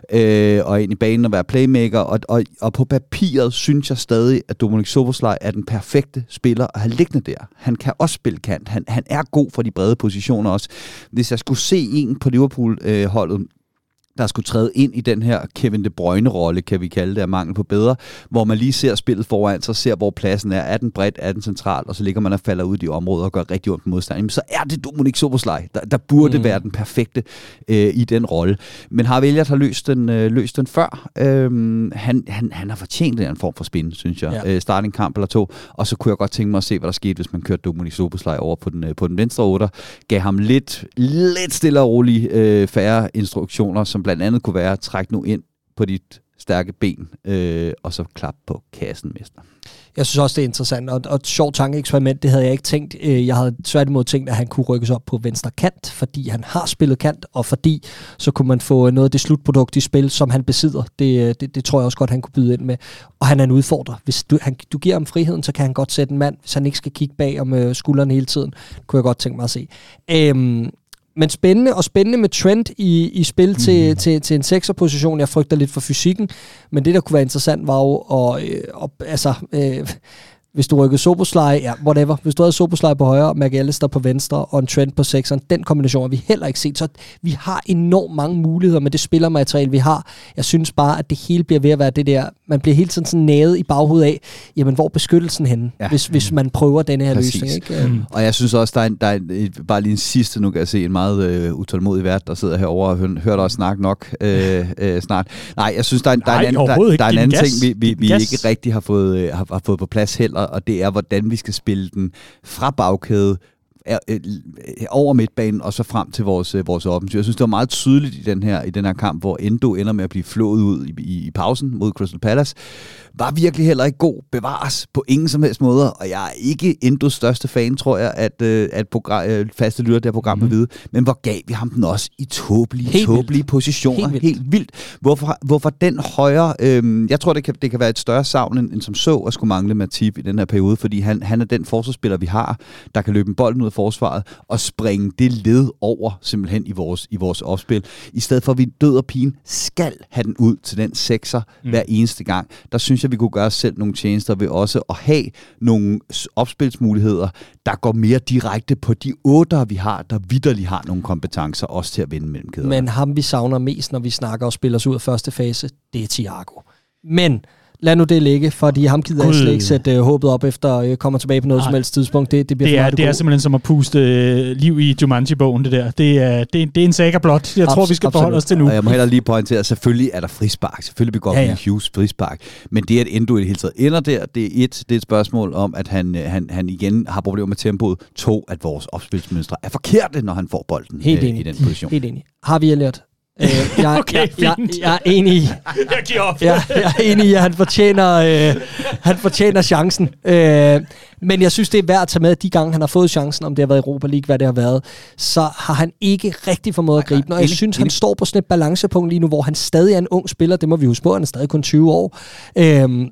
C: øh, og ind i banen og være playmaker, og, og, og på papiret synes jeg stadig, at Dominik Szoboszlai er den perfekte spiller at have liggende der. Han kan også spille kant. Han, han er god for de brede positioner også. Hvis jeg skulle se en på Liverpool-holdet, øh, der skulle træde ind i den her Kevin De Bruyne-rolle, kan vi kalde det, af mangel på bedre, hvor man lige ser spillet foran sig, ser hvor pladsen er, er den bredt, er den central, og så ligger man og falder ud i de områder og gør rigtig ondt på modstanderen. Så er det Dominik Szoboszlai, der, der burde mm. være den perfekte øh, i den rolle. Men Harvey Elliott har løst den, øh, løst den før. Øhm, han, han, han har fortjent en form for spin, synes jeg. Ja. Øh, starte en kamp eller to, og så kunne jeg godt tænke mig at se, hvad der skete, hvis man kørte Dominik Szoboszlai over på den, øh, på den venstre otter, gav ham lidt, lidt stille og roligt øh, færre instruktioner, som blandt andet kunne være, træk nu ind på dit stærke ben, øh, og så klap på kassen, mester.
B: Jeg synes også, det er interessant, og, og et sjovt tankeeksperiment, det havde jeg ikke tænkt. Jeg havde tværtimod tænkt, at han kunne rykkes op på venstre kant, fordi han har spillet kant, og fordi så kunne man få noget af det slutprodukt i spil, som han besidder. Det, det, det tror jeg også godt, han kunne byde ind med. Og han er en udfordrer. Hvis du, han, du giver ham friheden, så kan han godt sætte en mand, hvis han ikke skal kigge bag om øh, skulderen hele tiden. Det kunne jeg godt tænke mig at se. Øhm, Men spændende, og spændende med Trent i, i spil mm. til, til, til en sekserposition. Jeg frygter lidt for fysikken, men det, der kunne være interessant, var jo, og, og, altså, øh, hvis du rykkede Szoboszlai, ja, whatever. Hvis du havde Szoboszlai på højre, McAllister på venstre, og en Trent på sekseren, den kombination har vi heller ikke set. Så vi har enormt mange muligheder med det spillermateriale, vi har. Jeg synes bare, at det hele bliver ved at være det der, man bliver hele tiden sådan nævet i baghovedet af, jamen, hvor er beskyttelsen henne, ja. hvis, hvis man prøver denne her Præcis. løsning. Ikke? Mm.
C: Og jeg synes også, der er, en, der er en, bare lige en sidste, nu kan jeg se en meget øh, utålmodig vært, der sidder herovre og hører, hører dig snakke nok øh, øh, snart. Nej, jeg synes, der er, der er en anden, der, der er en anden ting, vi, vi, vi ikke rigtig har fået, øh, har, har fået på plads heller, og det er, hvordan vi skal spille den fra bagkæde over midtbanen og så frem til vores, vores offensiv. Jeg synes, det var meget tydeligt i den her, i den her kamp, hvor Endo ender med at blive flået ud i, i, i pausen mod Crystal Palace. Var virkelig heller ikke god. Bevares på ingen som helst måder, og jeg er ikke Endos største fan, tror jeg, at, at program, faste lytter der program mm-hmm. vil vide. Men hvor gav vi ham den også i tåbelige, tåbelige positioner. Helt vildt. Helt vildt. Hvorfor, hvorfor den højre... Øhm, jeg tror, det kan, det kan være et større savn, end, end som så at skulle mangle Matip i den her periode, fordi han, han er den forsvarsspiller, vi har, der kan løbe en bold ud af forsvaret og springe det led over simpelthen i vores, i vores opspil. I stedet for, at vi død og pine skal have den ud til den sekser mm. hver eneste gang. Der synes jeg, vi kunne gøre os selv nogle tjenester ved også at have nogle opspilsmuligheder, der går mere direkte på de otter, vi har, der vitterligt har nogle kompetencer også til at vinde mellem kæderne.
B: Men ham, vi savner mest, når vi snakker og spiller os ud af første fase, det er Thiago. Men lad nu det ligge, fordi ham gider jeg slet ikke sætte uh, håbet op efter uh, kommer tilbage på noget Ej. som helst tidspunkt. Det, det bliver
A: det
B: for
A: er,
B: meget
A: det er simpelthen som at puste uh, liv i Jumanji-bogen, det der. Det er, det er, det er en saga blot. Jeg Abs- tror, vi skal forholde os til nu.
C: Og jeg må heller lige pointere, at selvfølgelig er der frispark. Selvfølgelig begår ja, ja. Hughes frispark. Men det, at Endo i det hele taget ender der, det er et, det er et spørgsmål om, at han, han, han igen har problemer med tempoet. To, at vores opspilsmønstre er forkerte, når han får bolden
B: Helt
C: uh, i den position.
B: Helt enig. Har vi lært? Øh, jeg,
A: okay,
B: jeg, jeg, jeg er enig i,
A: jeg giver op.
B: jeg, jeg er enig i, at han fortjener, øh, han fortjener chancen. Øh, men jeg synes, det er værd at tage med, at de gange, han har fået chancen, om det har været Europa League, hvad det har været, så har han ikke rigtig formået at gribe den. Og jeg synes, han står på sådan et balancepunkt lige nu, hvor han stadig er en ung spiller. Det må vi huske på, han er stadig kun tyve år. Øh,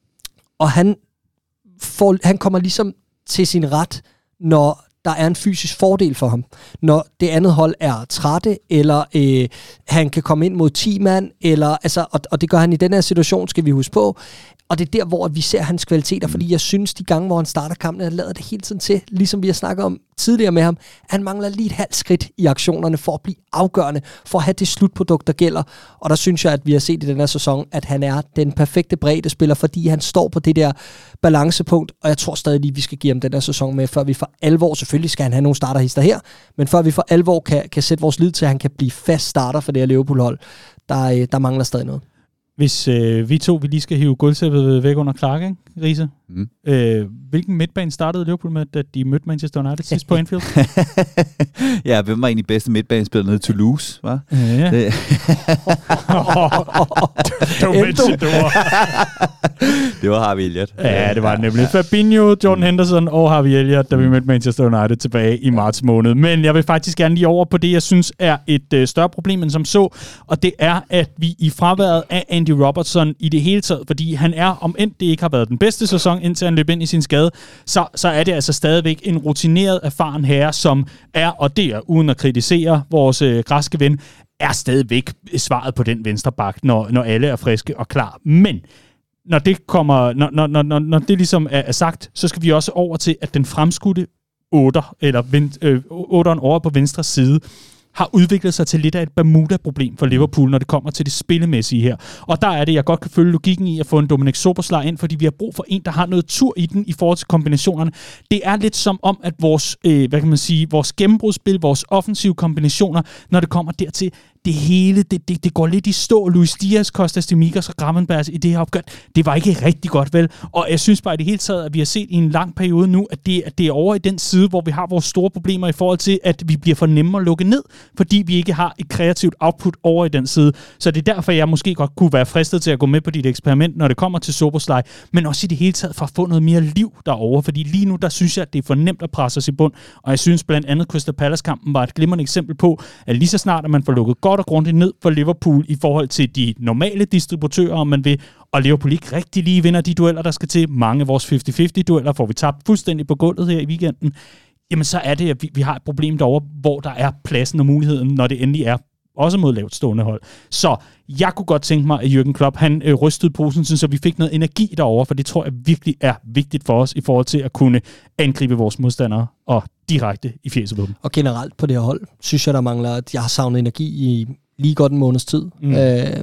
B: og han, får, han kommer ligesom til sin ret, når der er en fysisk fordel for ham. Når det andet hold er trætte, eller øh, han kan komme ind mod ti mand, eller, altså, og, og det gør han i den her situation, skal vi huske på. Og det er der, hvor vi ser hans kvaliteter, mm. fordi jeg synes, de gange, hvor han starter kampen, han lader det hele tiden til, ligesom vi har snakket om tidligere med ham, han mangler lige et halvt skridt i aktionerne for at blive afgørende, for at have det slutprodukt, der gælder. Og der synes jeg, at vi har set i den her sæson, at han er den perfekte breddespiller, fordi han står på det der balancepunkt, og jeg tror stadig lige, vi skal give ham den her sæson med, før vi for alvor, selvfølgelig skal han have nogle starterhister her, men før vi for alvor kan, kan sætte vores lid til, at han kan blive fast starter for det her Liverpool-hold, der, der mangler stadig noget.
A: Hvis øh, vi to vi lige skal hive gulvtæppet væk under Clark, ikke, Riese? Mm. Øh, hvilken midtbane startede Liverpool med, da de mødte Manchester United sidst på Anfield?
C: Ja, hvem var egentlig bedste midtbanespiller nede i Toulouse, hva'?
A: Ja. Det
C: det var Harvey Elliott.
A: Ja, det var nemlig. Fabinho, Jordan Henderson og Harvey Elliott, da vi mødte Manchester United tilbage i marts måned. Men jeg vil faktisk gerne lige over på det, jeg synes er et øh, større problem end som så, og det er, at vi i fraværet af Andy Robertson i det hele taget, fordi han er, om end det ikke har været den bedste sæson, indtil han løb ind i sin skade, så, så er det altså stadigvæk en rutineret, erfaren herre, som er, og det er uden at kritisere vores øh, græske ven, er stadigvæk svaret på den venstre bak, når, når alle er friske og klar. Men når det kommer, når, når, når, når det ligesom er, er sagt, så skal vi også over til, at den fremskudte otter, eller ven, øh, otteren over på venstre side, har udviklet sig til lidt af et Bermuda-problem for Liverpool, når det kommer til det spillemæssige her. Og der er det, jeg godt kan følge logikken i at få en Dominic Szoboszlai ind, fordi vi har brug for en, der har noget tur i den i forhold til kombinationerne. Det er lidt som om, at vores, øh, hvad kan man sige, vores gennembrudsspil, vores offensive kombinationer, når det kommer dertil, det hele, det, det, det går lidt i stå. Luis Diaz, Kostas Demikas og Gravenbergs i det her opgør, det var ikke rigtig godt, vel? Og jeg synes bare i det hele taget, at vi har set i en lang periode nu, at det, at det er over i den side, hvor vi har vores store problemer i forhold til, at vi bliver for nemme at lukke ned, fordi vi ikke har et kreativt output over i den side. Så det er derfor, jeg måske godt kunne være fristet til at gå med på dit eksperiment, når det kommer til Szoboszlai, men også i det hele taget for at få noget mere liv derovre, fordi lige nu, der synes jeg, at det er for nemt at presse os i bund, og jeg synes blandt andet, Crystal Palace-kampen var et glimrende eksempel på, at lige så snart, at man får lukket godt og grundigt ned for Liverpool i forhold til de normale distributører, om man vil, og Liverpool ikke rigtig lige vinder de dueller, der skal til. Mange af vores halvtreds halvtreds dueller får vi tabt fuldstændig på gulvet her i weekenden. jamen så er det, at vi, vi har et problem derovre, hvor der er pladsen og muligheden, når det endelig er, også mod lavt stående hold. Så jeg kunne godt tænke mig, at Jürgen Klopp, han øh, rystede posen, så vi fik noget energi derovre, for det tror jeg virkelig er vigtigt for os, i forhold til at kunne angribe vores modstandere og direkte i fjeset på dem.
B: Og generelt på det her hold, synes jeg, der mangler, at jeg har savnet energi i lige godt en måneds tid. Mm. Øh,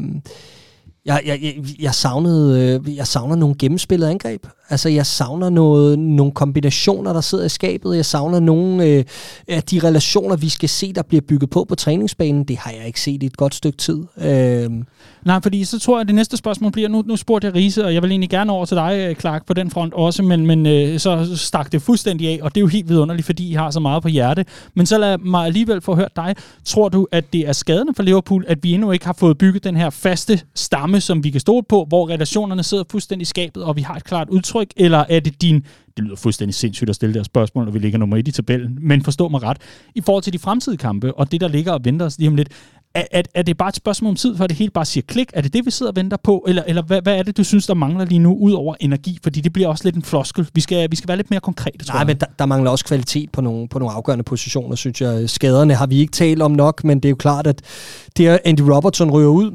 B: Jeg, jeg, jeg, jeg, savnede, jeg savner nogle gennemspillede angreb. Altså, jeg savner noget, nogle kombinationer, der sidder i skabet. Jeg savner nogle øh, af de relationer, vi skal se, der bliver bygget på på træningsbanen. Det har jeg ikke set i et godt stykke tid. Øh.
A: Nej, fordi så tror jeg, at det næste spørgsmål bliver, nu, nu spurgte jeg Riese, og jeg vil egentlig gerne over til dig, Clark, på den front også, men, men øh, så stak det fuldstændig af, og det er jo helt vidunderligt, fordi I har så meget på hjerte. Men så lad mig alligevel få hørt dig. Tror du, at det er skadende for Liverpool, at vi endnu ikke har fået bygget den her faste stamme, som vi kan stole på, hvor relationerne sidder fuldstændig i skabet, og vi har et klart udtryk, eller er det din, det lyder fuldstændig sindssygt at stille det her spørgsmål, når vi ligger nummer et i tabellen, men forstå mig ret, i forhold til de fremtidige kampe, og det, der ligger og venter os lige om lidt, er, er, er det bare et spørgsmål om tid, for det hele bare siger klik? Er det det, vi sidder og venter på, eller, eller hvad, hvad er det, du synes, der mangler lige nu, ud over energi? Fordi det bliver også lidt en floskel. Vi skal, vi skal være lidt mere konkrete, tror
B: Nej,
A: jeg.
B: men der, der mangler også kvalitet på nogle, på nogle afgørende positioner, synes jeg. Skaderne har vi ikke talt om nok, men det er jo klart, at det er Andy Robertson ryger ud.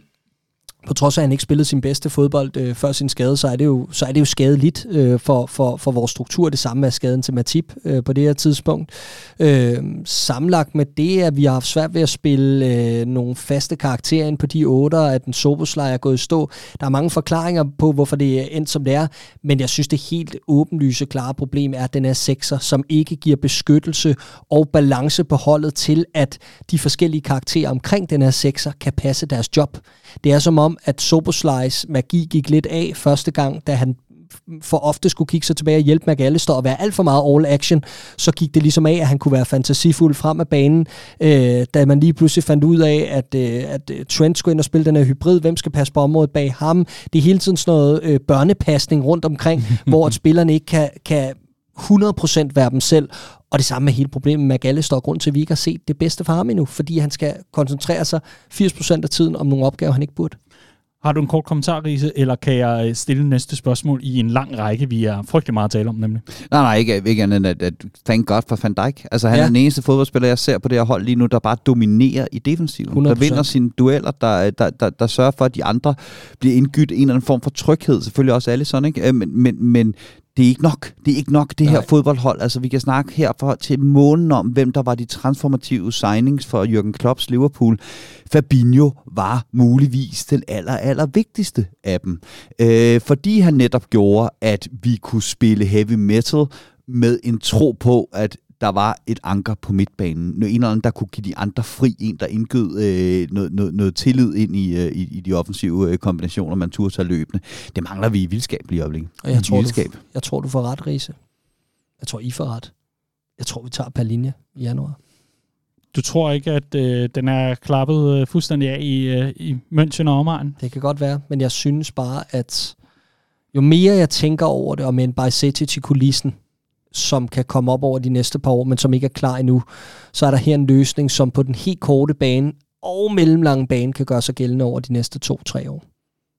B: På trods af, at han ikke spillede sin bedste fodbold øh, før sin skade, så er det jo, så er det jo skadeligt øh, for, for, for vores struktur. Det samme er skaden til Matip øh, på det her tidspunkt. Øh, sammenlagt med det, at vi har haft svært ved at spille øh, nogle faste karakterer ind på de otter, at den Szoboszlai er gået i stå. Der er mange forklaringer på, hvorfor det er endt som det er, men jeg synes, det helt åbenlyse, klare problem er, at den er sekser, som ikke giver beskyttelse og balance på holdet til, at de forskellige karakterer omkring den her sekser kan passe deres job. Det er som om, at Szoboszlais magi gik lidt af første gang, da han for ofte skulle kigge sig tilbage og hjælpe McAllister og være alt for meget all action, så gik det ligesom af, at han kunne være fantasifuld frem af banen, øh, da man lige pludselig fandt ud af, at, øh, at Trent skulle ind og spille den her hybrid, hvem skal passe på området bag ham. Det er hele tiden sådan noget øh, børnepasning rundt omkring, hvor at spillerne ikke kan, kan hundrede procent være dem selv. Og det samme med hele problemet med McAllister, og grund til, at vi ikke har set det bedste for ham endnu, fordi han skal koncentrere sig firs procent af tiden om nogle opgaver, han ikke burde.
A: Har du en kort kommentar, Riese, eller kan jeg stille næste spørgsmål i en lang række, vi er frygtelig meget at tale om, nemlig?
C: Nej, nej, ikke, ikke andet end at, at thank God for Van Dijk. Altså, han ja. er den eneste fodboldspiller, jeg ser på det her hold lige nu, der bare dominerer i defensiven. hundrede procent. Der vinder sine dueller, der, der, der, der sørger for, at de andre bliver indgydt en eller anden form for tryghed. Selvfølgelig også Alisson, ikke? Men, men, men det er ikke nok. Det er ikke nok, det her Nej. fodboldhold. Altså, vi kan snakke her for, til månen om, hvem der var de transformative signings for Jürgen Klopps Liverpool. Fabinho var muligvis den aller, aller vigtigste af dem. Øh, fordi han netop gjorde, at vi kunne spille heavy metal med en tro på, at der var et anker på midtbanen. En eller anden, der kunne give de andre fri. En, der indgød øh, noget, noget, noget tillid ind i, øh, i, i de offensive øh, kombinationer, man turde tage løbende. Det mangler vi i vildskab lige øjeblik.
B: Og jeg tror, du, jeg tror, du får ret, Riese. Jeg tror, I får ret. Jeg tror, vi tager per linje i januar.
A: Du tror ikke, at øh, den er klappet øh, fuldstændig af i, øh, i München og omegn?
B: Det kan godt være, men jeg synes bare, at jo mere jeg tænker over det, og med en Bajsetic i kulissen, som kan komme op over de næste par år, men som ikke er klar endnu, så er der her en løsning, som på den helt korte bane og mellemlange bane kan gøre sig gældende over de næste to-tre år.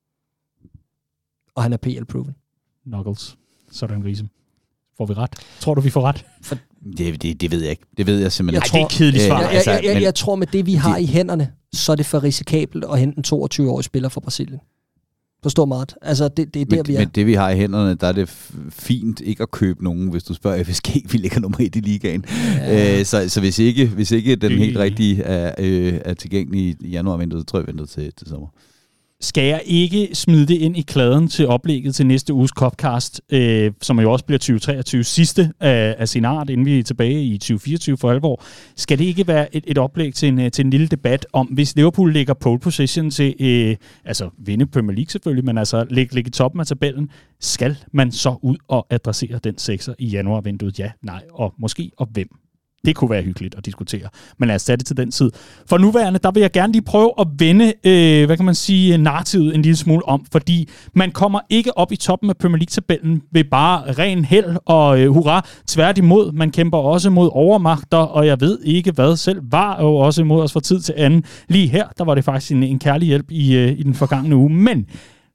B: Og han er P L-proven.
A: Knuckles. Sådan, Riese. Får vi ret? Tror du, vi får ret?
C: For det, det, det ved jeg ikke. Det ved jeg simpelthen
A: ikke. Ej, det er et kedeligt svar.
B: Jeg, jeg, jeg, jeg, jeg tror, med det, vi har i hænderne, så er det for risikabelt at hente en toogtyve-årig spiller fra Brasilien. Forstår meget. Altså, det, det er der,
C: men,
B: vi er.
C: Men det, vi har i hænderne, der er det fint ikke at købe nogen, hvis du spørger F S G, vi ligger nummer et i ligaen. Ja. Øh, så, så hvis ikke, hvis ikke den helt rigtige er, øh, er tilgængelig i januar-vinduet, så tror jeg, jeg venter til, til sommer.
A: Skal jeg ikke smide det ind i kladen til oplægget til næste uges Copcast, øh, som jo også bliver tyve treogtyve sidste af, af sin art, inden vi er tilbage i tyve fireogtyve for alvor. Skal det ikke være et, et oplæg til en, til en lille debat om, hvis Liverpool ligger pole position til, øh, altså vinde Premier League selvfølgelig, men altså ligge, ligge i toppen af tabellen, skal man så ud og adressere den sekser i januar-vinduet? Ja, nej, og måske, og hvem? Det kunne være hyggeligt at diskutere. Men lad os tage det til den tid. For nuværende, der vil jeg gerne lige prøve at vende, øh, hvad kan man sige, narrativet en lille smule om, fordi man kommer ikke op i toppen af Premier League-tabellen ved bare ren held og øh, hurra. Tværtimod, man kæmper også mod overmagter, og jeg ved ikke hvad selv var jo også imod os fra tid til anden. Lige her, der var det faktisk en, en kærlig hjælp i, øh, i den forgangne uge. Men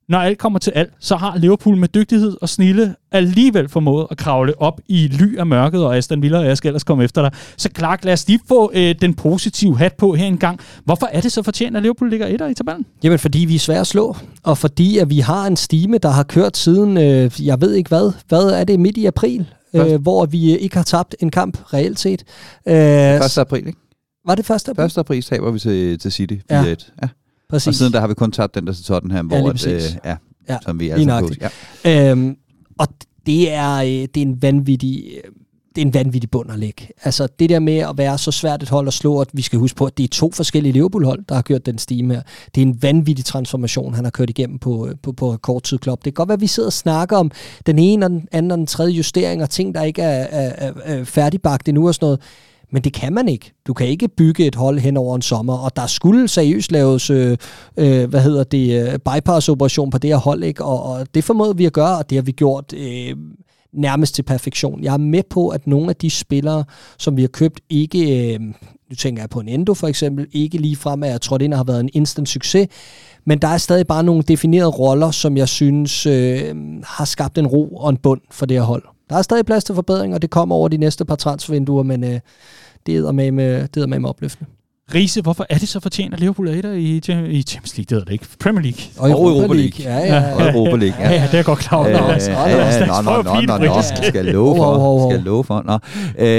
A: når alt kommer til alt, så har Liverpool med dygtighed og snilde alligevel formået at kravle op i ly af mørket, og Aston Villa, og jeg skal ellers komme efter dig. Så Clark, lad os lige få øh, den positive hat på her en gang. Hvorfor er det så fortjent, at Liverpool ligger etter i tabellen?
B: Jamen, fordi vi er svære at slå, og fordi at vi har en stime, der har kørt siden, øh, jeg ved ikke hvad, hvad er det, midt i april, øh, hvor vi ikke har tabt en kamp reelt set. Øh,
C: første april, ikke?
B: Var det første april?
C: første april taber vi til, til City fire et. Ja. Ja.
B: Præcis.
C: Og siden der har vi kun tabt den der til Tottenham, hvor
B: ja,
C: at, øh, ja,
B: ja,
C: som vi altså på.
B: Ja. Øhm, og det er, det er en vanvittig... det er en vanvittig bund at lægge. Altså det der med at være så svært et hold at slå, at vi skal huske på, at det er to forskellige Liverpool-hold, der har kørt den stime her. Det er en vanvittig transformation, han har kørt igennem på, på, på rekordtid Klopp. Det kan godt være, at vi sidder og snakker om den ene og den anden og den tredje justering og ting, der ikke er, er, er færdigbagt endnu og sådan noget. Men det kan man ikke. Du kan ikke bygge et hold hen over en sommer, og der skulle seriøst laves øh, øh, hvad hedder det, bypass-operation på det her hold, ikke? Og, og det formåede vi at gøre, og det har vi gjort øh, nærmest til perfektion. Jeg er med på, at nogle af de spillere, som vi har købt, ikke, øh, nu tænker jeg på en Endo for eksempel, ikke ligefrem er trådt ind og har været en instant succes, men der er stadig bare nogle definerede roller, som jeg synes øh, har skabt en ro og en bund for det her hold. Der er stadig plads til forbedring, og det kommer over de næste par transfervinduer, men øh, det er med med, det er med med opløftende.
A: Riese, hvorfor er det så fortjent, at Liverpool er etter i, i Champions League? Det ved det ikke. Premier League.
B: Og Europa League. Ja, ja, ja.
C: Og Europa League, ja.
A: Ja, det er godt klar over.
C: Nå, nå, nå, skal love for. Skal love for. Nå.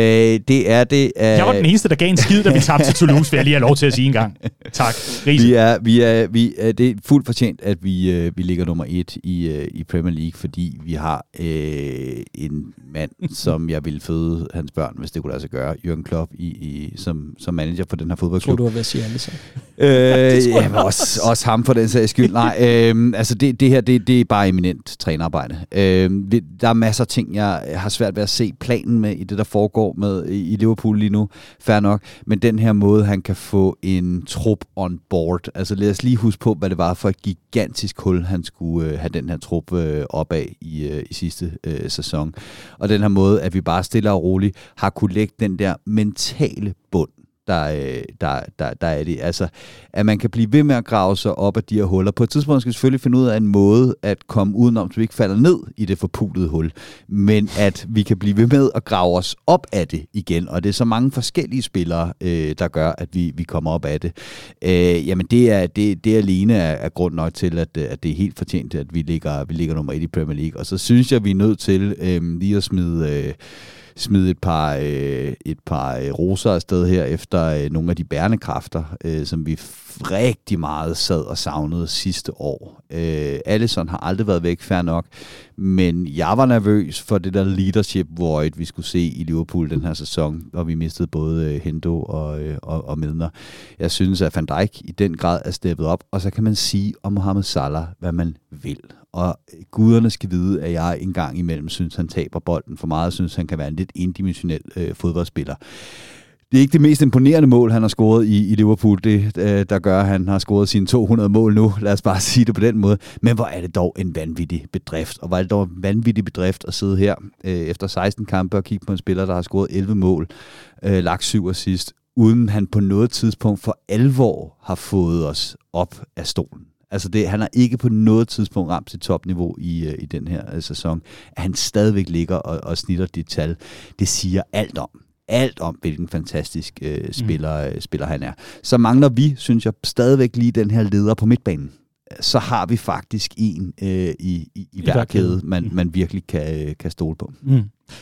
C: Det er det.
A: Jeg var den eneste, der gav en skid, da vi tabte til Toulouse, vil jeg lige have lov til at sige en gang. Tak, Riese.
C: Vi er, vi er, vi er, det er fuldt fortjent, at vi, vi ligger nummer et i, i Premier League, fordi vi har øh, en mand, som jeg ville føde hans børn, hvis det kunne lade sig gøre, Jürgen Klopp, i, i, som, som manager for den her fodbold.
B: Tror du, at hvad siger alle så?
C: Øh, ja, også, også ham for den sags skyld. Nej, øh, altså det, det her, det, det er bare eminent trænerarbejde. Øh, der er masser af ting, jeg har svært ved at se planen med i det, der foregår med i Liverpool lige nu. Fair nok. Men den her måde, han kan få en trup on board. Altså lad os lige huske på, hvad det var for et gigantisk hul, han skulle øh, have den her trup øh, opad i, øh, i sidste øh, sæson. Og den her måde, at vi bare stille og roligt har kunne lægge den der mentale bund, Der, der, der, der er det. Altså, at man kan blive ved med at grave sig op af de her huller. På et tidspunkt skal vi selvfølgelig finde ud af en måde at komme udenom, så vi ikke falder ned i det forpulede hul. Men at vi kan blive ved med at grave os op af det igen. Og det er så mange forskellige spillere, øh, der gør, at vi, vi kommer op af det. Øh, jamen, det er, det, det alene er, er grund nok til, at, at det er helt fortjent, at vi ligger, vi ligger nummer et i Premier League. Og så synes jeg, vi er nødt til øh, lige at smide... Øh, smide et par, øh, et par øh, roser afsted her efter øh, nogle af de bærende kræfter, øh, som vi rigtig meget sad og savnede sidste år. Øh, Alisson har aldrig været væk, fair nok, men jeg var nervøs for det der leadership void, vi skulle se i Liverpool den her sæson, og vi mistede både øh, Hendo og, øh, og, og Milner. Jeg synes, at Van Dijk i den grad er steppet op, og så kan man sige om Mohamed Salah, hvad man vil. Og guderne skal vide, at jeg engang imellem synes, han taber bolden for meget. Jeg synes, han kan være en lidt endimensionel øh, fodboldspiller. Det er ikke det mest imponerende mål, han har scoret i, i Liverpool. Det, øh, der gør, at han har scoret sine to hundrede mål nu. Lad os bare sige det på den måde. Men hvor er det dog en vanvittig bedrift. Og hvor er det dog en vanvittig bedrift at sidde her øh, efter seksten kampe og kigge på en spiller, der har scoret elleve mål, øh, lagt syv assist, uden han på noget tidspunkt for alvor har fået os op af stolen. Altså det, han har ikke på noget tidspunkt ramt sit topniveau i, i den her uh, sæson. At han stadigvæk ligger og, og snitter de tal, det siger alt om. Alt om, hvilken fantastisk uh, spiller, mm. spiller han er. Så mangler vi, synes jeg, stadigvæk lige den her leder på midtbanen. Så har vi faktisk en uh, i, i, i hver kæde, man, man virkelig kan, kan stole på.
A: Mm.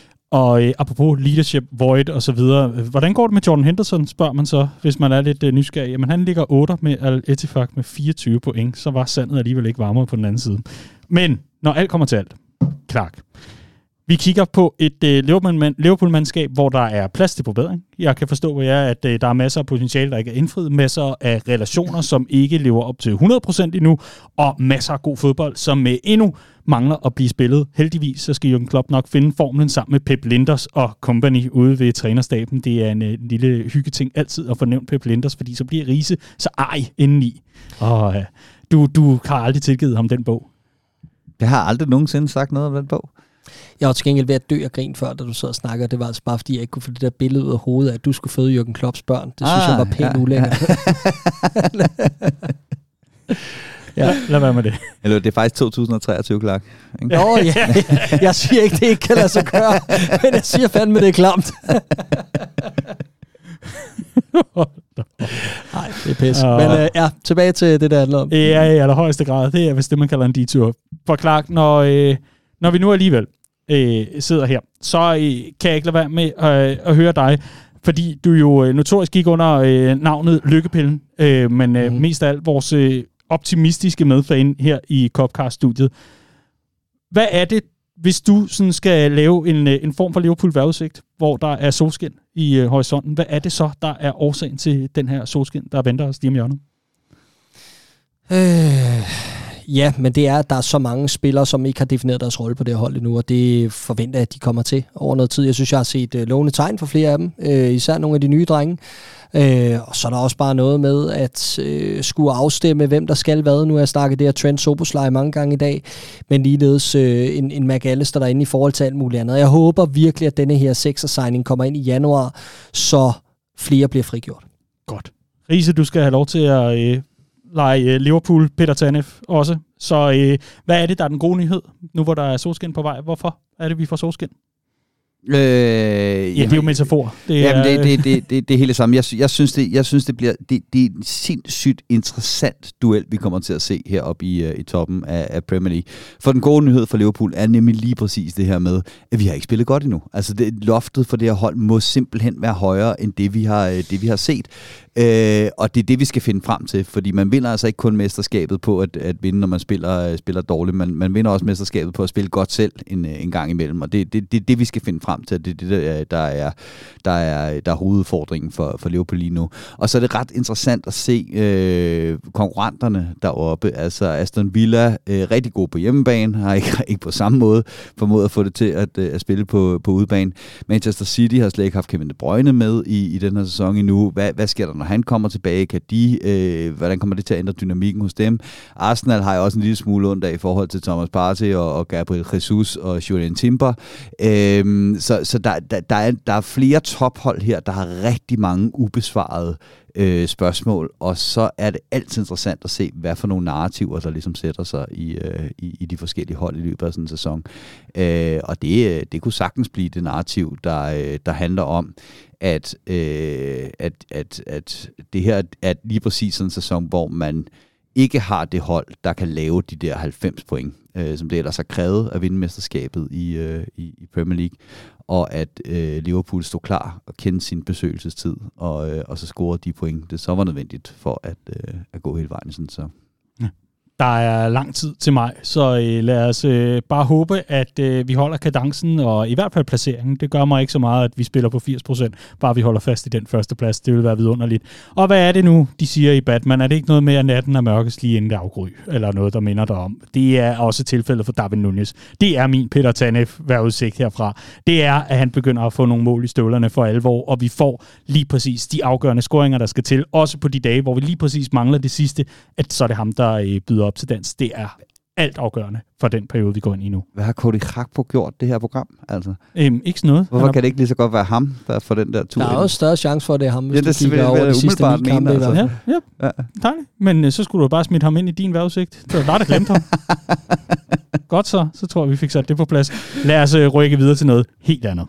A: Og øh, apropos leadership, void og så videre, hvordan går det med Jordan Henderson, spørger man så, hvis man er lidt øh, nysgerrig. Jamen han ligger otter med Al-Ettifaq med fireogtyve point, så var sandet alligevel ikke varmere på den anden side. Men når alt kommer til alt, Clark. Vi kigger på et øh, Liverpool-mandskab, hvor der er plads til forbedring. Jeg kan forstå, hvad jeg er, at øh, der er masser af potentiale, der ikke er indfriet. Masser af relationer, som ikke lever op til hundrede procent endnu. Og masser af god fodbold, som øh, endnu mangler at blive spillet. Heldigvis så skal Jürgen Klopp nok finde formlen sammen med Pep Linders og company ude ved trænerstaben. Det er en øh, lille hyggeting altid at fornævne Pep Linders, fordi så bliver Riise så ej indeni. Og øh, du, du har aldrig tilgivet ham den bog.
C: Jeg har aldrig nogensinde sagt noget om den bog.
B: Jeg var til gengæld ved at dø og grin før, da du sad og snakker. Det var altså bare, fordi jeg ikke kunne få det der billede ud af hovedet, at du skulle føde Jürgen Klopps børn. Det synes ah, jeg var pænt ja, ulækkert.
A: ja, lad være med det.
C: Eller det er faktisk to tusind og treogtyve, Clark.
B: Nå, ja, ja. Jeg siger ikke, det ikke kan lade sig gøre, men jeg siger fandme, det er klamt. Nej, det er pis. Uh, men uh, ja, tilbage til det, der handler om.
A: Ja, i allerhøjeste grad. Det er vist det, man kalder en detur. For Clark, når, øh, når vi nu alligevel øh, sidder her, så øh, kan jeg ikke lade være med øh, at høre dig, fordi du jo øh, notorisk gik under øh, navnet Lykkepillen, øh, men øh, mm. mest af alt vores øh, optimistiske medfan her i Copcast-studiet. Hvad er det, hvis du sådan skal lave en, en form for Liverpool-vejrudsigt, hvor der er solskin i øh, horisonten, hvad er det så, der er årsagen til den her solskin, der venter os lige om hjørnet?
B: Øh, ja, men det er, at der er så mange spillere, som ikke har defineret deres rolle på det hold endnu, og det forventer jeg, at de kommer til over noget tid. Jeg synes, jeg har set øh, lovende tegn for flere af dem, øh, især nogle af de nye drenge. Øh, og så er der også bare noget med at øh, skulle afstemme, hvem der skal hvad. Nu har jeg snakket det her Trent Szoboszlai mange gange i dag, men ligeledes øh, en, en McAllister derinde i forhold til alt muligt andet. Jeg håber virkelig, at denne her sekser-signing kommer ind i januar, så flere bliver frigjort.
A: Godt. Riese, du skal have lov til at øh, lege øh, Liverpool, Peter Tanev også. Så øh, hvad er det, der er den gode nyhed, nu hvor der er solskin på vej? Hvorfor er det, vi får solskin?
C: Øh,
A: ja, det er jo metafor.
C: Det jamen, er, det, det, det, det, det er hele sammen. Jeg, jeg, synes, det, jeg synes, det bliver det, det er en sindssygt interessant duel, vi kommer til at se heroppe i, i toppen af, af Premier League. For den gode nyhed for Liverpool er nemlig lige præcis det her med, at vi har ikke spillet godt endnu. Altså, det, loftet for det her hold må simpelthen være højere end det, vi har, det, vi har set. Øh, og det er det, vi skal finde frem til, fordi man vinder altså ikke kun mesterskabet på at, at vinde, når man spiller, spiller dårligt. Man, man vinder også mesterskabet på at spille godt selv en, en gang imellem, og det er det, det, det, vi skal finde frem til. Det er det, der er, der er, der er hovedudfordringen for, for Liverpool lige nu. Og så er det ret interessant at se øh, konkurrenterne deroppe. Altså Aston Villa, øh, rigtig god på hjemmebane, har ikke, ikke på samme måde formået at få det til at, at spille på, på udebane. Manchester City har slet ikke haft Kevin De Bruyne med i, i den her sæson endnu. Hvad, hvad sker der, når han kommer tilbage? Kan de, øh, hvordan kommer det til at ændre dynamikken hos dem? Arsenal har jo også en lille smule ondt af i forhold til Thomas Partey og, og Gabriel Jesus og Julian Timber. Øh, så så der, der, der, er, der er flere tophold her, der har rigtig mange ubesvarede øh, spørgsmål, og så er det altid interessant at se, hvad for nogle narrativer, der ligesom sætter sig i, øh, i, i de forskellige hold i løbet af sådan en sæson. Øh, og det, det kunne sagtens blive det narrativ, der, der handler om, at, øh, at, at, at det her er lige præcis sådan en sæson, hvor man ikke har det hold, der kan lave de der halvfems point, øh, som det ellers har krævet at vinde mesterskabet i, øh, i, i Premier League, og at øh, Liverpool stod klar og kendte sin besøgelsestid, og, øh, og så scorede de point, det så var nødvendigt for at, øh, at gå hele vejen. Sådan, så.
A: Ja. Der er lang tid til maj, så øh, lad os øh, bare håbe, at øh, vi holder kadencen, og i hvert fald placeringen. Det gør mig ikke så meget, at vi spiller på firs procent, bare vi holder fast i den første plads. Det vil være vidunderligt. Og hvad er det nu, de siger i Batman? Er det ikke noget med, at natten er mørkest lige inden det afgry, eller noget, der minder dig om? Det er også tilfældet for Darwin Núñez. Det er min Peter Tanev vejrudsigt herfra. Det er, at han begynder at få nogle mål i støvlerne for alvor, og vi får lige præcis de afgørende scoringer, der skal til. Også på de dage, hvor vi lige præcis mangler det sidste, at så er det ham, der øh, byder op til dans. Det er alt afgørende for den periode, vi går ind i nu.
C: Hvad har Cody Gakpo gjort det her program? Altså?
A: Øhm, ikke sådan noget.
C: Hvorfor kan det ikke lige så godt være ham, der får den der tur?
B: Der er også større chance for, at det er ham, hvis
C: ja, det
B: du kigger over de sidste ni kampe.
C: Altså.
A: Ja, ja. ja. Dejligt. Men øh, så skulle du bare smide ham ind i din vejrudsigt. Det var bare, der glemte ham. Godt så. Så tror jeg, vi fik sat det på plads. Lad os øh, rykke videre til noget helt andet.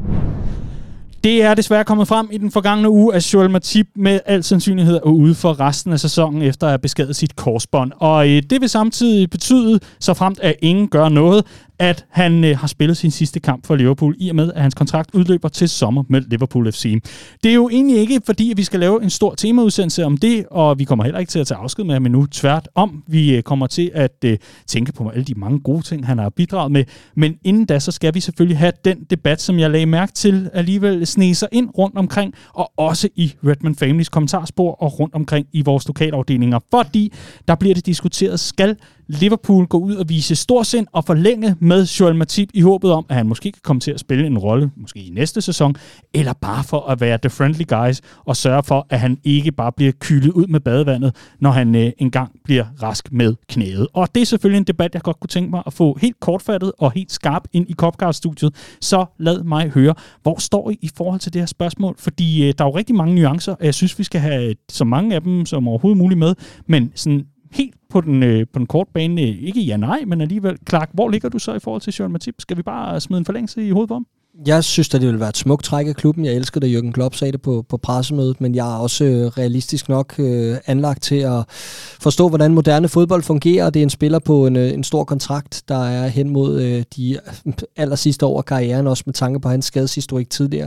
A: Det er desværre kommet frem i den forgangne uge, at Joel Matip med al sandsynlighed er ude for resten af sæsonen efter at have beskadet sit korsbånd. Og øh, det vil samtidig betyde, så fremt at ingen gør noget, at han øh, har spillet sin sidste kamp for Liverpool, i og med, at hans kontrakt udløber til sommer med Liverpool F C. Det er jo egentlig ikke, fordi at vi skal lave en stor temaudsendelse om det, og vi kommer heller ikke til at tage afsked med ham endnu. Tværtom, vi øh, kommer til at øh, tænke på alle de mange gode ting, han har bidraget med. Men inden da, så skal vi selvfølgelig have den debat, som jeg lagde mærke til alligevel snige sig ind rundt omkring, og også i Redman Families kommentarspor og rundt omkring i vores lokalafdelinger. Fordi der bliver det diskuteret, skal Liverpool gå ud og vise storsind og forlænge med Joel Matip i håbet om, at han måske kan komme til at spille en rolle, måske i næste sæson, eller bare for at være the friendly guys og sørge for, at han ikke bare bliver kylet ud med badevandet, når han øh, engang bliver rask med knæet. Og det er selvfølgelig en debat, jeg godt kunne tænke mig at få helt kortfattet og helt skarp ind i Copcast-studiet. Så lad mig høre, hvor står I i forhold til det her spørgsmål? Fordi øh, der er jo rigtig mange nuancer, og jeg synes, vi skal have så mange af dem som overhovedet muligt med, men sådan helt på den, øh, på den korte bane, ikke ja-nej, men alligevel, Clark, hvor ligger du så i forhold til Joel Matip? Skal vi bare smide en forlængelse i hovedet på ham?
B: Jeg synes, at det ville være et smukt træk af klubben. Jeg elsker, da Jürgen Klopp sagde det på, på pressemødet, men jeg er også øh, realistisk nok øh, anlagt til at forstå, hvordan moderne fodbold fungerer. Det er en spiller på en, en stor kontrakt, der er hen mod øh, de aller sidste år af karrieren, også med tanke på hans skadeshistorik tidligere.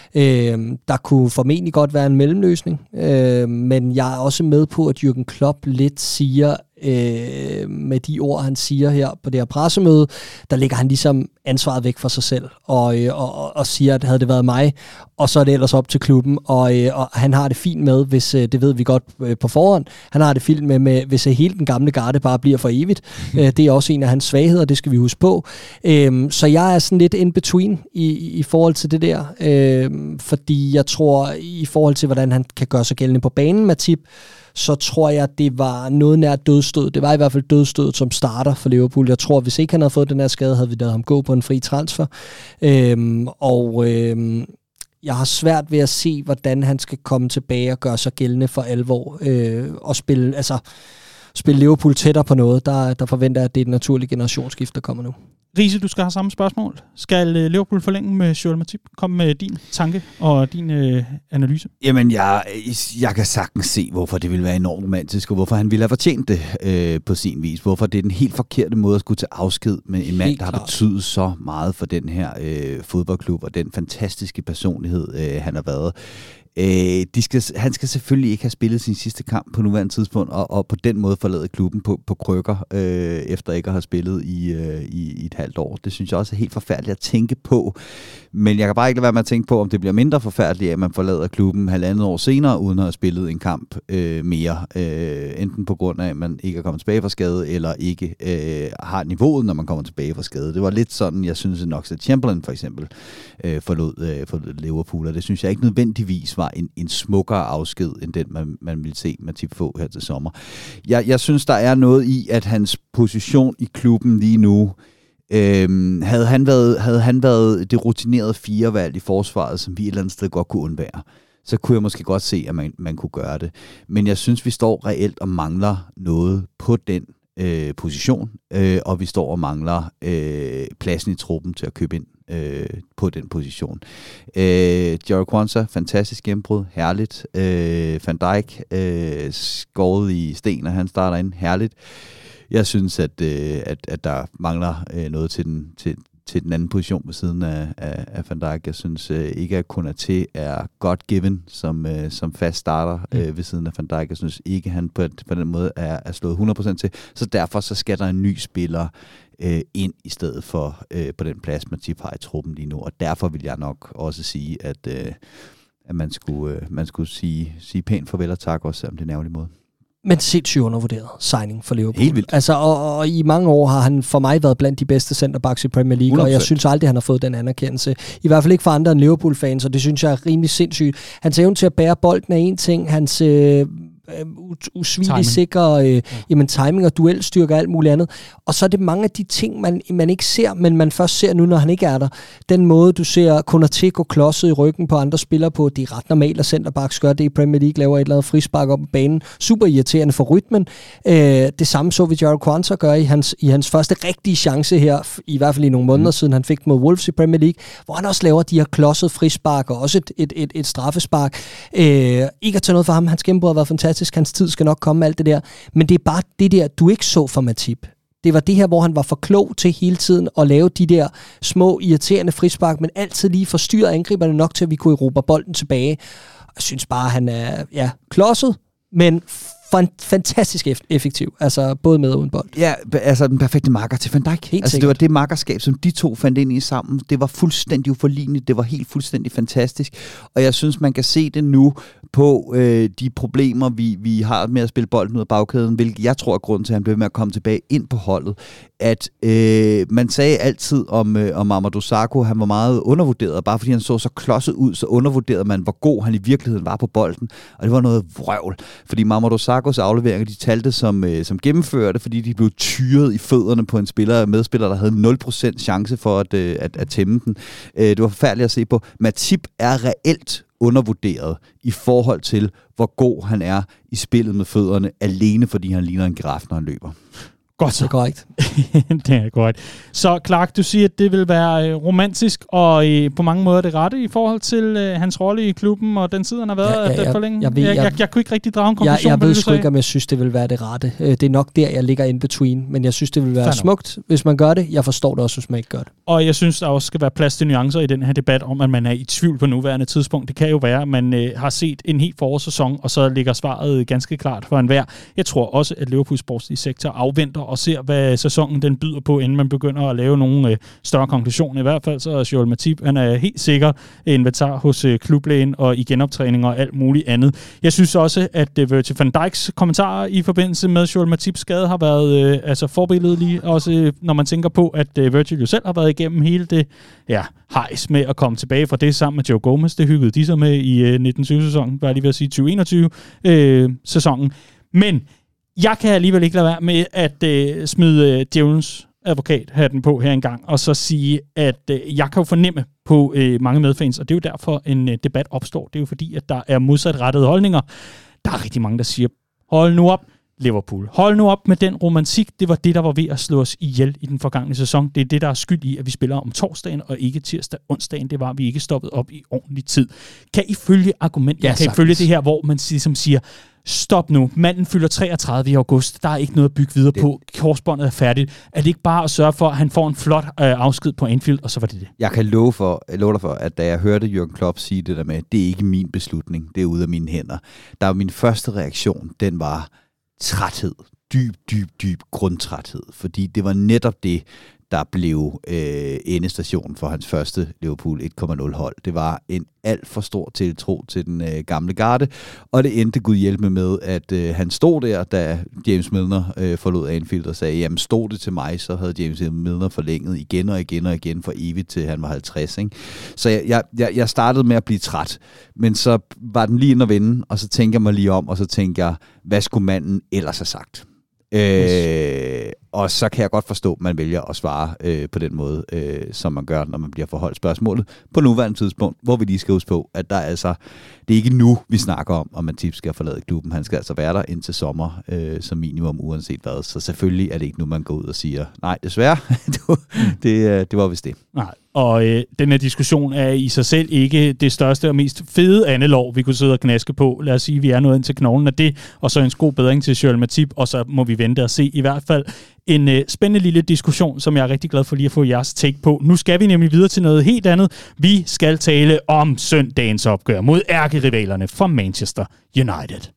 B: Øh, der kunne formentlig godt være en mellemløsning, øh, men jeg er også med på, at Jürgen Klopp lidt siger, Øh, med de ord, han siger her på det her pressemøde, der lægger han ligesom ansvaret væk fra sig selv, og, øh, og, og siger, at havde det været mig, og så er det ellers op til klubben, og, øh, og han har det fint med, hvis øh, det ved vi godt øh, på forhånd, han har det fint med, med hvis øh, hele den gamle garde bare bliver for evigt. Mm. Øh, det er også en af hans svagheder, det skal vi huske på. Øh, så jeg er sådan lidt in between i, i forhold til det der, øh, fordi jeg tror, i forhold til, hvordan han kan gøre sig gældende på banen, Matip, så tror jeg, det var noget nær dødstød. Det var i hvert fald dødstødet som starter for Liverpool. Jeg tror, hvis ikke han havde fået den her skade, havde vi ladet ham gå på en fri transfer. Øhm, og øhm, jeg har svært ved at se, hvordan han skal komme tilbage og gøre sig gældende for alvor. Øh, og spille, altså, spille Liverpool tættere på noget. Der, der forventer jeg, at det er et naturligt generationsskift, der kommer nu.
A: Riese, du skal have samme spørgsmål. Skal Liverpool forlænge med Joel Matip? Kom med din tanke og din øh, analyse.
C: Jamen, jeg, jeg kan sagtens se, hvorfor det ville være enormt romantisk, og hvorfor han ville have fortjent det øh, på sin vis. Hvorfor det er den helt forkerte måde at skulle tage afsked med en mand, helt der har betydet så meget for den her øh, fodboldklub, og den fantastiske personlighed, øh, han har været. Øh, de skal, han skal selvfølgelig ikke have spillet sin sidste kamp på nuværende tidspunkt, og, og på den måde forlade klubben på, på krykker, øh, efter ikke at have spillet i, øh, i, i et halvt år. Det synes jeg også er helt forfærdeligt at tænke på. Men jeg kan bare ikke lade være med at tænke på, om det bliver mindre forfærdeligt, at man forlader klubben halvandet år senere, uden at have spillet en kamp øh, mere. Øh, enten på grund af, at man ikke er kommet tilbage fra skade, eller ikke øh, har niveauet, når man kommer tilbage fra skade. Det var lidt sådan, jeg synes, at Oxlade Chamberlain for eksempel øh, forlod, øh, forlod Liverpool, og det synes jeg ikke nødvendigvis var en, en smukkere afsked, end den, man, man ville se Matip få her til sommer. Jeg, jeg synes, der er noget i, at hans position i klubben lige nu, Øhm, havde, han været, havde han været det rutinerede firevalg i forsvaret, som vi et eller andet sted godt kunne undvære, så kunne jeg måske godt se, at man, man kunne gøre det. Men jeg synes, vi står reelt og mangler noget på den øh, position, øh, og vi står og mangler øh, pladsen i truppen til at købe ind øh, på den position. Øh, Jarell Quansah, fantastisk gennembrud, herligt. Øh, Van Dijk, øh, skåret i sten, og han starter ind, herligt. Jeg synes, at, øh, at, at der mangler øh, noget til den, til, til den anden position ved siden af, af, af Van Dijk. Jeg synes øh, ikke, at Konaté er godt given som, øh, som fast starter øh, ved siden af Van Dijk. Jeg synes ikke, at han på, på den måde er, er slået hundrede procent til. Så derfor så skal der en ny spiller øh, ind i stedet for øh, på den plads, Matip har i truppen lige nu. Og derfor vil jeg nok også sige, at, øh, at man skulle, øh, man skulle sige, sige pænt farvel og tak, også selvom det er en ærgerlig måde.
B: Men sindssygt undervurderet signing for Liverpool.
C: Helt vildt.
B: Altså, og, og i mange år har han for mig været blandt de bedste centerbacks i Premier League, hundrede procent. Og jeg synes aldrig, han har fået den anerkendelse. I hvert fald ikke for andre end Liverpool-fans, og det synes jeg er rimelig sindssygt. Hans evne til at bære bolden er en ting, hans øh, usvigeligt sikre øh, ja. jamen, timing og duelstyrke og alt muligt andet. Og så er det mange af de ting, man, man ikke ser, men man først ser nu, når han ikke er der. Den måde, du ser Konaté gå klodset i ryggen på andre spillere på, det er ret normalt, at centerbacks gør det i Premier League, laver et eller andet frispark op på banen. Super irriterende for rytmen. Øh, det samme så vi Jarell Quansah gøre i hans, i hans første rigtige chance her, i hvert fald i nogle måneder mm. siden han fik mod Wolves i Premier League, hvor han også laver de her klodset frispark og også et, et, et, et straffespark. Øh, ikke at tage noget for ham, hans gennembrud har været fantastisk. Hans tid skal nok komme, alt det der. Men det er bare det der, du ikke så for Matip. Det var det her, hvor han var for klog til hele tiden at lave de der små, irriterende frispark, men altid lige forstyrret angriberne nok til, at vi kunne erobre bolden tilbage. Jeg synes bare, han er ja, klodset, men fantastisk effektiv, altså både med og uden bold.
C: Ja, altså den perfekte marker til Van Dijk.
B: Helt
C: altså
B: sikkert.
C: det var det markerskab, som de to fandt ind i sammen. Det var fuldstændig uforligneligt, det var helt fuldstændig fantastisk, og jeg synes, man kan se det nu på øh, de problemer, vi, vi har med at spille bolden ud af bagkæden, hvilket jeg tror er grunden til, at han blev med at komme tilbage ind på holdet. At øh, man sagde altid om, øh, om Amadou Sakho, han var meget undervurderet, og bare fordi han så så klodset ud, så undervurderede man, hvor god han i virkeligheden var på bolden, og det var noget vrøvl, fordi Amadou Sakhos afleveringer, de talte som, øh, som gennemførte, fordi de blev tyret i fødderne på en spiller, medspiller, der havde nul procent chance for at, øh, at, at tæmme den. Øh, det var forfærdeligt at se på. Matip er reelt undervurderet i forhold til, hvor god han er i spillet med fødderne, alene fordi han ligner en giraf, når han løber.
A: Godt så.
B: Det er korrekt.
A: Det er korrekt. Så Clark, du siger, at det vil være øh, romantisk og øh, på mange måder det rette i forhold til øh, hans rolle i klubben og den tid, han har været
B: Ja, ja,
A: ja,
B: ja,
A: for længe.
B: jeg ved-
A: jeg, jeg,
B: jeg-
A: jeg kunne ikke rigtig drage en
B: Jeg,
A: konklusion
B: jeg
A: på
B: ved
A: det, du
B: sgu ikke,
A: sagde.
B: om jeg synes, det vil være det rette. Øh, Det er nok der, jeg ligger in between, men jeg synes, det vil være
A: Fair nok.
B: smukt, hvis man gør det. Jeg forstår det også, hvis man ikke gør det.
A: Og jeg synes, der også skal være plads til nuancer i den her debat om, at man er i tvivl på nuværende tidspunkt. Det kan jo være, at man øh, har set en helt forårssæson, og så ligger svaret ganske klart for enhver. Jeg tror også, at Liverpools sportslige sektor afventer og ser, hvad sæsonen den byder på, inden man begynder at lave nogle øh, større konklusioner. I hvert fald så er Joel Matip, han er helt sikker inventar hos øh, klublægen og i genoptræning og alt muligt andet. Jeg synes også, at øh, Virgil van Dijks kommentarer i forbindelse med Joel Matips skade har været øh, altså forbilledelige, også øh, når man tænker på, at øh, Virgil jo selv har været igennem hele det ja, hejs med at komme tilbage fra det sammen med Joe Gomez. Det hyggede de så med i øh, nitten tyve-sæsonen, bare lige ved at sige tyve enogtyve-sæsonen. Men jeg kan alligevel ikke lade være med at øh, smide øh, djævelens advokathatten på her engang, og så sige, at øh, jeg kan jo fornemme på øh, mange medfans, og det er jo derfor en øh, debat opstår. Det er jo fordi, at der er modsatrettede holdninger. Der er rigtig mange, der siger, hold nu op, Liverpool. Hold nu op med den romantik. Det var det, der var ved at slå os ihjel i den forgangne sæson. Det er det, der er skyld i, at vi spiller om torsdagen og ikke tirsdag onsdagen. Det var, at vi ikke stoppet op i ordentlig tid. Kan I følge argumentet?
B: Ja,
A: kan I følge det her, hvor man ligesom siger, stop nu, manden fylder treogtredive i august, der er ikke noget at bygge videre det. på, korsbåndet er færdigt. Er det ikke bare at sørge for, at han får en flot øh, afsked på Anfield, og så var det det?
C: Jeg kan love, for, love dig for, at da jeg hørte Jürgen Klopp sige det der med, det er ikke min beslutning, det er ude af mine hænder. Der var min første reaktion, den var træthed. Dyb, dyb, dyb grundtræthed. Fordi det var netop det, der blev øh, endestationen for hans første Liverpool et komma nul hold. Det var en alt for stor tiltro til den øh, gamle garde, og det endte Gud hjælpe med, at øh, han stod der, da James Milner øh, forlod Anfield og sagde, jamen stod det til mig, så havde James Milner forlænget igen og igen og igen for evigt, til han var halvtreds. Ikke? Så jeg, jeg, jeg startede med at blive træt, men så var den lige inde og vende, og så tænker jeg mig lige om, og så tænker jeg, hvad skulle manden ellers have sagt? Øh, og så kan jeg godt forstå, at man vælger at svare øh, på den måde, øh, som man gør, når man bliver forholdt spørgsmålet på nuværende tidspunkt, hvor vi lige skal huske på, at der altså, det er ikke nu, vi snakker om, om Matip skal forlade klubben. Han skal altså være der indtil sommer, øh, som minimum, uanset hvad. Så selvfølgelig er det ikke nu, man går ud og siger, nej, desværre, det, det var vist det.
A: Nej, og øh, den her diskussion er i sig selv ikke det største og mest fede andelov, vi kunne sidde og knaske på. Lad os sige, at vi er nået ind til knoglen af det, og så en god bedring til Joel Matip, og så må vi vente og se i hvert fald en øh, spændende lille diskussion, som jeg er rigtig glad for lige at få jeres take på. Nu skal vi nemlig videre til noget helt andet. Vi skal tale om søndagens opgør mod ærkerivalerne fra Manchester United.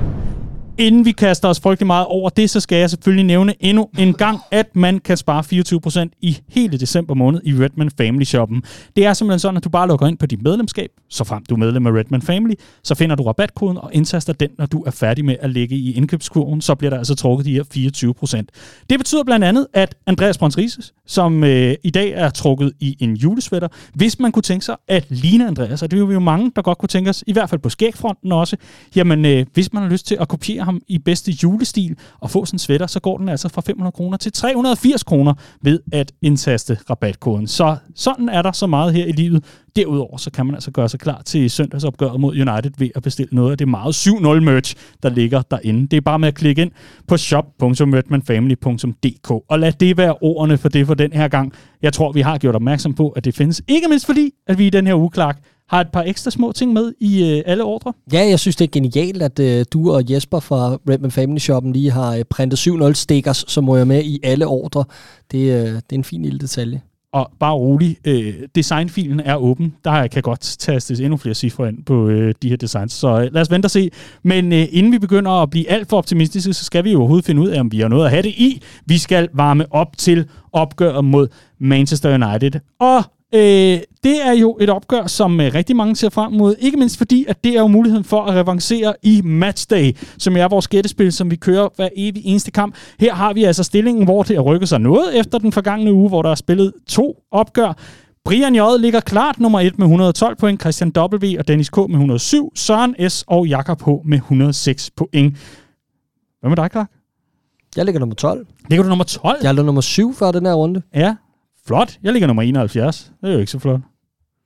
A: Inden vi kaster os frygtelig meget over det, så skal jeg selvfølgelig nævne endnu en gang, at man kan spare fireogtyve procent i hele december måned i Redman Family Shoppen. Det er simpelthen sådan, at du bare logger ind på dit medlemskab, så frem du er medlem af Redman Family, så finder du rabatkoden og indtaster den, når du er færdig med at lægge i indkøbskurven, så bliver der altså trukket de her fireogtyve procent. Det betyder blandt andet, at Andreas Brøns Rises, som øh, i dag er trukket i en julesvætter, hvis man kunne tænke sig at ligne Andreas, og det er jo mange, der godt kunne tænke os, i hvert fald på skægfronten også, jamen øh, hvis man har lyst til at kopiere ham i bedste julestil og få sådan en sweater, så går den altså fra fem hundrede kroner til tre hundrede og firs kroner ved at indtaste rabatkoden. Så sådan er der så meget her i livet. Derudover så kan man altså gøre sig klar til søndagsopgøret mod United ved at bestille noget af det meget syv nul merch, der ligger derinde. Det er bare med at klikke ind på shop punktum redman family punktum d k og lad det være ordene for det for den her gang. Jeg tror, vi har gjort opmærksom på, at det findes. Ikke mindst fordi, at vi i den her uge, Clark, har et par ekstra små ting med i øh, alle ordre.
B: Ja, jeg synes, det er genialt, at øh, du og Jesper fra Redman Family Shoppen lige har øh, printet syv nul stickers, som må jeg med i alle ordre. Det, øh, det er en fin lille detalje.
A: Og bare rolig, øh, designfilen er åben. Der kan godt tastes endnu flere cifre ind på øh, de her designs, så øh, lad os vente og se. Men øh, inden vi begynder at blive alt for optimistiske, så skal vi jo overhovedet finde ud af, om vi har noget at have det i. Vi skal varme op til opgøret mod Manchester United. Og Øh, det er jo et opgør, som øh, rigtig mange ser frem mod. Ikke mindst fordi, at det er jo muligheden for at revancere i Matchday, som er vores gættespil, som vi kører hver evig eneste kamp. Her har vi altså stillingen, hvor det har rykket sig noget efter den forgangne uge, hvor der er spillet to opgør. Brian J. ligger klart nummer et med et hundrede og tolv point, Christian W. og Dennis K. med et hundrede og syv, Søren S. og Jakob H. med et hundrede og seks point. Hvad med dig, Clark?
B: Jeg ligger nummer tolv.
A: Ligger du nummer tolv?
B: Jeg er nummer syv før den her runde.
A: Ja. Flot. Jeg ligger nummer enoghalvfjerds. Det er jo ikke så flot.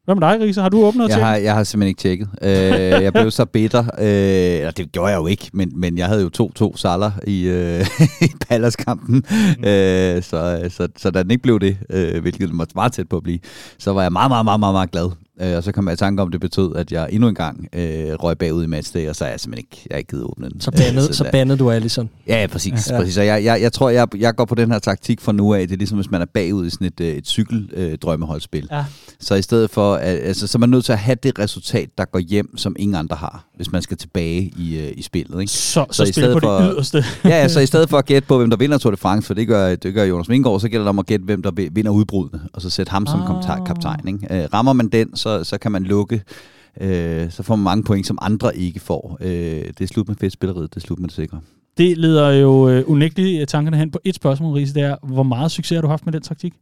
A: Hvad med dig, Riese? Har du åbnet
C: jeg
A: til?
C: har, jeg har simpelthen ikke tjekket. Øh, jeg blev så bitter. Øh, eller det gjorde jeg jo ikke, men, men jeg havde jo to to Salah i, øh, i Palace-kampen. Mm. Øh, så, så, så da den ikke blev det, øh, hvilket den var meget tæt på at blive, så var jeg meget, meget, meget, meget, meget glad. Øh, og så kom jeg i tanke om, det betød, at jeg endnu en gang øh, røg bagud i matchday, og så er jeg simpelthen ikke, jeg har ikke givet åbne den.
B: Så bandede, øh, så bandede du Alisson?
C: Ja, præcis. Ja. præcis. Og jeg, jeg, jeg tror, jeg, jeg går på den her taktik fra nu af. Det er ligesom, hvis man er bagud i sådan et, et cykeldrømmeholdspil. Øh, ja. Så i stedet for, altså, så er man nødt til at have det resultat, der går hjem, som ingen andre har, hvis man skal tilbage i, øh, i spillet. Ikke?
A: Så, så, så i stedet på for, det yderste.
C: ja, ja, så i stedet for at gætte på, hvem der vinder Tour de France, for det gør, det gør Jonas Vingegaard, så gælder det om at gætte, hvem der vinder udbruddet, og så sætte ham som ah. kaptajn. Ikke? Øh, rammer man den, så, så kan man lukke, øh, så får man mange point, som andre ikke får. Øh, det er slut med fedtspilleriet, det er slut med det sikre.
A: Det leder jo øh, unægteligt tankerne hen på et spørgsmål, Riese, det er, hvor meget succes har du haft med den taktik?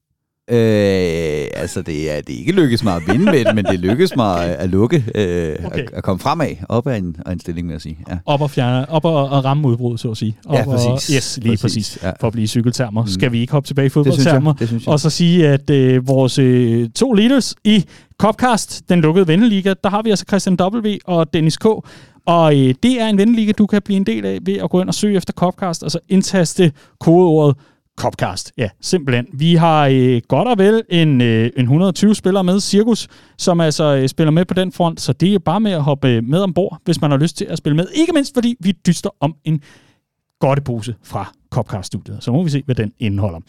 C: Øh, altså, det er, det er ikke lykkes mig at vinde med det, men det lykkes mig at, at lukke, øh, okay. at, at komme fremad, op af en, af en stilling, vil jeg sige. Ja.
A: Op og fjerne, op og, og ramme udbruddet, så at sige. Op
C: ja, præcis.
A: Og, yes, lige præcis, præcis ja. For at blive cykeltermer. Mm. Skal vi ikke hoppe tilbage i
C: fodboldtermer?
A: Og så sige, at øh, vores øh, to leaders i Copcast, den lukkede venneliga, der har vi altså Christian W. og Dennis K. Og øh, det er en venneliga, du kan blive en del af ved at gå ind og søge efter Copcast, og så indtaste kodeordet Copcast. Ja, simpelthen. Vi har øh, godt og vel en, øh, en hundrede og tyve spillere med, Cirkus, som altså øh, spiller med på den front, så det er bare med at hoppe med ombord, hvis man har lyst til at spille med. Ikke mindst, fordi vi dyster om en godtepose fra Copcast-studiet. Så må vi se, hvad den indeholder.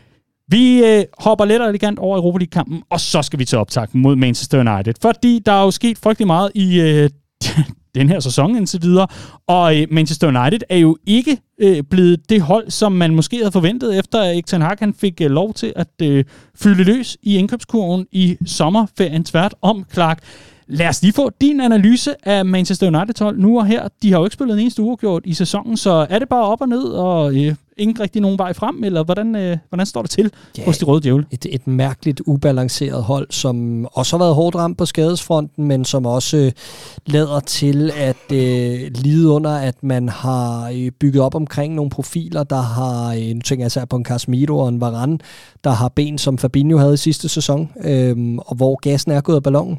A: Vi øh, hopper let og elegant over Europa League-kampen, og så skal vi til optakt mod Manchester United, fordi der er jo sket frygtelig meget i øh, den her sæson indtil videre, og øh, Manchester United er jo ikke øh, blevet det hold, som man måske havde forventet, efter at Erik ten Hag han fik øh, lov til at øh, fylde løs i indkøbskurven i sommerferien. Tvært om, Clark. Lad os lige få din analyse af Manchester United-hold nu og her. De har jo ikke spillet en eneste uafgjort i sæsonen, så er det bare op og ned, og øh, ingen rigtig nogen vej frem, eller hvordan, øh, hvordan står det til ja, hos de røde djævle?
B: Et, et mærkeligt, ubalanceret hold, som også har været hårdt ramt på skadesfronten, men som også øh, lader til at øh, lide under, at man har øh, bygget op omkring nogle profiler, der har, øh, nu tænker jeg især på en Casemiro og en Varane, der har ben, som Fabinho havde i sidste sæson, øh, og hvor gassen er gået af ballonen.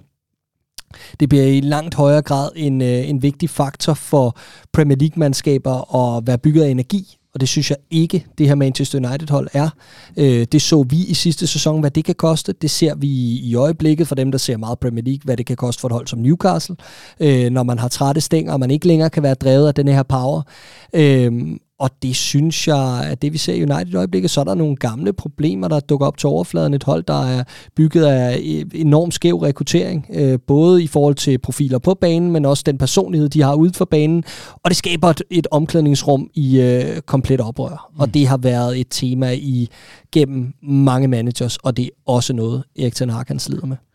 B: Det bliver i langt højere grad en, øh, en vigtig faktor for Premier League-mandskaber at være bygget af energi, og det synes jeg ikke, det her Manchester United-hold er. Øh, det så vi i sidste sæson, hvad det kan koste. Det ser vi i øjeblikket for dem, der ser meget Premier League, hvad det kan koste for et hold som Newcastle, øh, når man har trætte stænger, og man ikke længere kan være drevet af den her power. Øh, Og det synes jeg, at det vi ser i United i øjeblikket, så er der nogle gamle problemer, der dukker op til overfladen. Et hold, der er bygget af enormt skæv rekruttering, øh, både i forhold til profiler på banen, men også den personlighed, de har ude for banen. Og det skaber et, et omklædningsrum i øh, komplet oprør. Mm. Og det har været et tema i gennem mange managers, og det er også noget, Erik ten Hag kan slider med.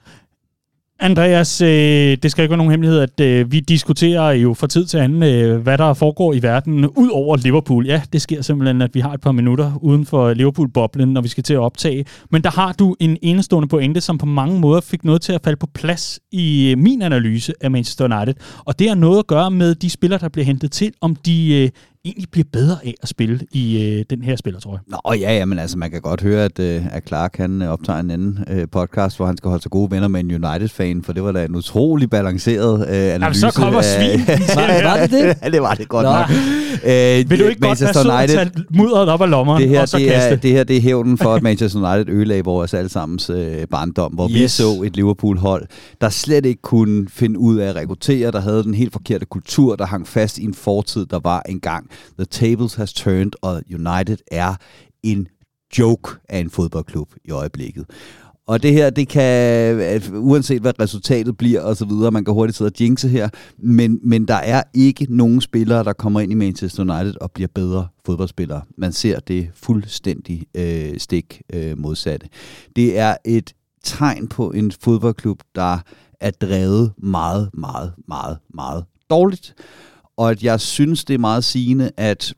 A: Andreas, øh, det skal ikke være nogen hemmelighed, at øh, vi diskuterer jo fra tid til anden, øh, hvad der foregår i verden ud over Liverpool. Ja, det sker simpelthen, at vi har et par minutter uden for Liverpool-boblen, når vi skal til at optage. Men der har du en enestående pointe, som på mange måder fik noget til at falde på plads i øh, min analyse af Manchester United. Og det har noget at gøre med de spillere, der bliver hentet til, om de øh, egentlig bliver bedre af at spille i øh, den her spiller, tror jeg.
C: Nå ja, ja, men altså man kan godt høre, at, øh, at Clark han optager en anden øh, podcast, hvor han skal holde sig gode venner med en United-fan, for det var da en utrolig balanceret øh, analyse.
A: Jamen, så kommer svin.
B: var, var det det?
C: Ja, det var det godt
A: Nå.
C: nok. Øh,
A: Vil du ikke godt være sød og tage mudderet op af lommeren
C: det her,
A: og så
C: det
A: kaste?
C: Er, det her det er hævnen for, at Manchester United ødelagde vores allesammens øh, barndom, hvor yes. vi så et Liverpool-hold, der slet ikke kunne finde ud af at rekruttere, der havde den helt forkerte kultur, der hang fast i en fortid, der var engang. The tables has turned, og United er en joke af en fodboldklub i øjeblikket. Og det her, det kan, uanset hvad resultatet bliver og så videre, man kan hurtigt sidde og jinxe her, men, men der er ikke nogen spillere, der kommer ind i Manchester United og bliver bedre fodboldspillere. Man ser det fuldstændig øh, stik øh, modsatte. Det er et tegn på en fodboldklub, der er drevet meget, meget, meget, meget dårligt. Og at jeg synes, det er meget sigende, at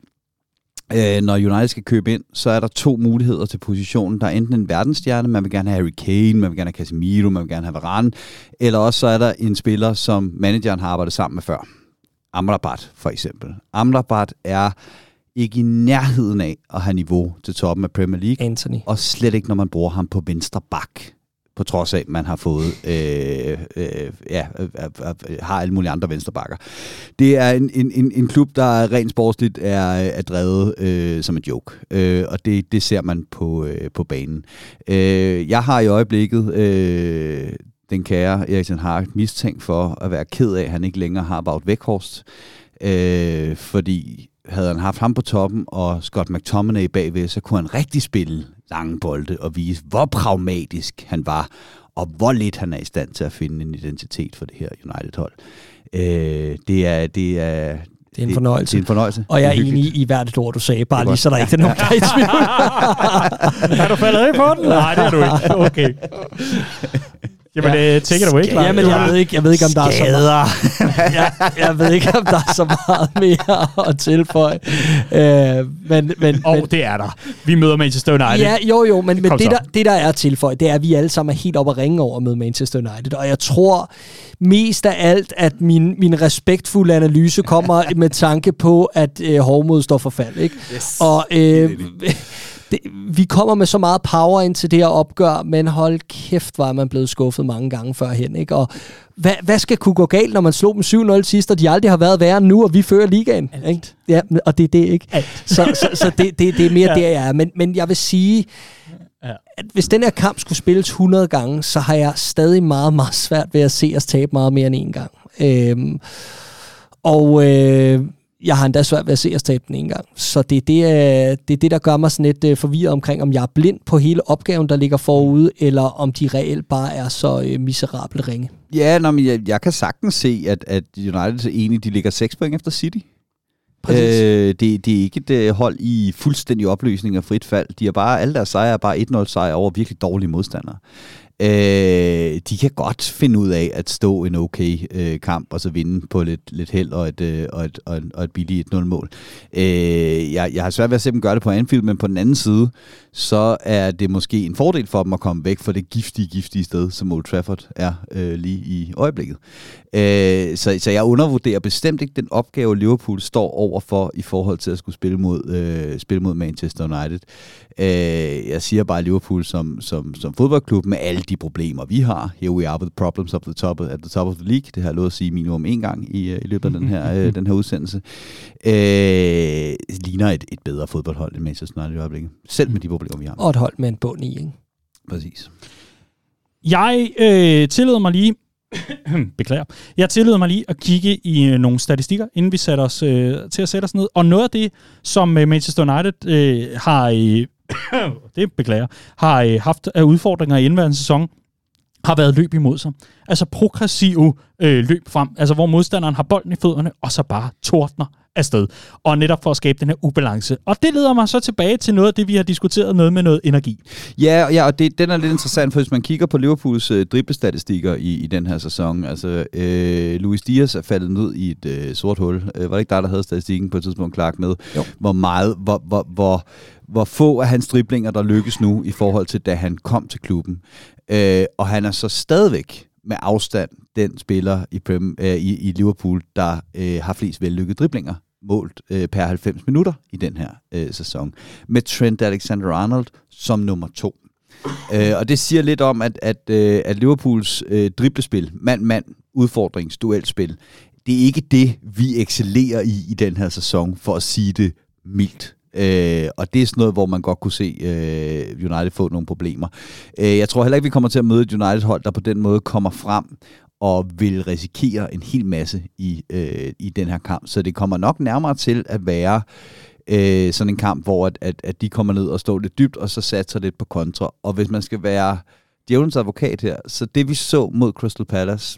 C: øh, når United skal købe ind, så er der to muligheder til positionen. Der er enten en verdensstjerne, man vil gerne have Harry Kane, man vil gerne have Casemiro, man vil gerne have Varane, eller også så er der en spiller, som manageren har arbejdet sammen med før. Amrabat for eksempel. Amrabat er ikke i nærheden af at have niveau til toppen af Premier League.
B: Anthony.
C: Og slet ikke, når man bruger ham på venstre bak på trods af, at man har fået, øh, øh, ja, øh, øh, har alle mulige andre venstrebakker. Det er en, en, en, en klub, der rent sportsligt er, er drevet øh, som en joke, øh, og det, det ser man på, øh, på banen. Øh, jeg har i øjeblikket øh, den kære Erik ten Hag mistænkt for at være ked af, at han ikke længere har Wout Weghorst, øh, fordi havde han haft ham på toppen og Scott McTominay bagved, så kunne han rigtig spille lange bolde og vise, hvor pragmatisk han var, og hvor lidt han er i stand til at finde en identitet for det her United-hold. Øh, det er... Det er
B: Det er en fornøjelse.
C: Det er en fornøjelse.
B: Og jeg er enig i hvert et ord, du sagde, bare lige så der ikke er nogen, der er i tvivl.
A: Er du faldet af på den? Nej, det er du ikke. Okay. Jamen, ja. det tænker du ikke.
B: Ja, men jeg ved ikke, jeg ved ikke, om der Skader. er så meget. jeg, jeg ved ikke, om der er så meget mere at tilføje. Øh, men, men,
A: oh,
B: men,
A: det er der. Vi møder Manchester United.
B: Ja, jo, jo, men, men det, der, det, der er tilføjet, det er, at vi alle sammen er helt op at ringe over med Manchester United. Og jeg tror mest af alt, at min, min respektfulde analyse kommer med tanke på, at øh, Hormod står for fald. Ikke?
C: Yes.
B: Og øh, det, vi kommer med så meget power ind til det her opgør, men hold kæft, var man blevet skuffet mange gange førhen. Ikke? Og hvad, hvad skal kunne gå galt, når man slog dem syv nul sidst, og de aldrig har været værre nu, og vi fører ligaen? Ikke? Ja, og det er det ikke. Så, så, så det, det, det er mere ja. der, jeg er. Men, men jeg vil sige, ja. at hvis den her kamp skulle spilles hundrede gange, så har jeg stadig meget, meget svært ved at se os tabe meget mere end en gang. Øhm, og... Øh, Jeg har endda svært ved at se os tabe den en gang. Så det er det, det er det, der gør mig sådan lidt uh, forvirret omkring, om jeg er blind på hele opgaven, der ligger forude, eller om de reelt bare er så uh, miserable ringe.
C: Ja, nå, men jeg, jeg kan sagtens se, at, at United er enige, de ligger seks point efter City. Øh, det, det er ikke et hold i fuldstændig opløsning og frit fald. De er bare, alle deres sejre er bare et nul sejre over virkelig dårlige modstandere. Øh, de kan godt finde ud af at stå en okay øh, kamp og så vinde på lidt, lidt held og et, øh, og et, og et, og et billigt et nul mål. Øh, jeg, jeg har svært ved at se dem gøre det på Anfield, men på den anden side, så er det måske en fordel for dem at komme væk fra det giftige, giftige sted, som Old Trafford er øh, lige i øjeblikket. Øh, så, så jeg undervurderer bestemt ikke den opgave, Liverpool står overfor i forhold til at skulle spille mod, øh, spille mod Manchester United. Øh, jeg siger bare Liverpool som, som, som fodboldklub med alle de problemer, vi har. Here we are with problems of the top, at the top of the league. Det har jeg lovet at sige minimum en gang i, i løbet af den her, øh, den her udsendelse. Øh, ligner et, et bedre fodboldhold end Manchester United i øjeblikket. Selv med de problemer, vi har.
B: Og et hold med en bund i, ikke?
C: Præcis.
A: Jeg øh, tillod mig lige Beklager. Jeg tillod mig lige at kigge i øh, nogle statistikker, inden vi satte os øh, til at sætte os ned. Og noget af det, som øh, Manchester United øh, har, øh, det beklager, har øh, haft af udfordringer i indværende sæson, har været løb imod sig. Altså progressive øh, løb frem, altså hvor modstanderen har bolden i fødderne, og så bare tordner afsted. Og netop for at skabe den her ubalance. Og det leder mig så tilbage til noget af det, vi har diskuteret, noget med noget energi.
C: Ja, ja og det, den er lidt interessant, for hvis man kigger på Liverpools øh, driblestatistikker i, i den her sæson, altså øh, Luis Diaz er faldet ned i et øh, sort hul. Øh, var det ikke dig, der havde statistikken på et tidspunkt, Clark, med? Jo. Hvor meget, hvor, hvor, hvor, hvor få af hans driblinger, der lykkes nu i forhold til, da han kom til klubben. Øh, og han er så stadigvæk med afstand den spiller i, Prem, øh, i, i Liverpool, der øh, har flest vellykkede driblinger målt øh, per halvfems minutter i den her øh, sæson. Med Trent Alexander-Arnold som nummer to. øh, og det siger lidt om, at, at, øh, at Liverpools øh, driblespil, mand-mand, udfordrings, duelspil, det er ikke det, vi excellerer i i den her sæson, for at sige det mildt. Øh, og det er sådan noget, hvor man godt kunne se øh, United få nogle problemer. Øh, jeg tror heller ikke, vi kommer til at møde et United-hold, der på den måde kommer frem og vil risikere en hel masse i, øh, i den her kamp. Så det kommer nok nærmere til at være øh, sådan en kamp, hvor at, at, at de kommer ned og står lidt dybt, og så satser lidt på kontra. Og hvis man skal være djævelens advokat her, så det vi så mod Crystal Palace,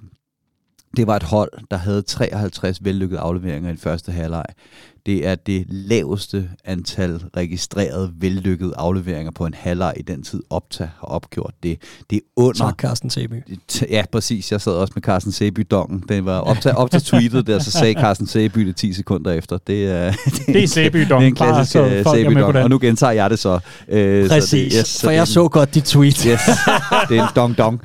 C: det var et hold, der havde treoghalvtreds vellykkede afleveringer i første halvleg. Det er det laveste antal registrerede vellykkede afleveringer på en halvleg i den tid, Opta har opgjort det. Det er under...
B: Tak, Carsten Sæby.
C: Ja, præcis. Jeg sad også med Carsten Sæby-dongen. Det var Opta, Opta tweetet der, så sagde Carsten Sæby det ti sekunder efter. Det er, det
A: det er Sæby-dongen.
C: Det er en klassisk Sæby-dong, og nu gentager jeg det så.
B: Øh, præcis, så det, yes, så for jeg så godt dit tweet.
C: Yes, det er en dong-dong.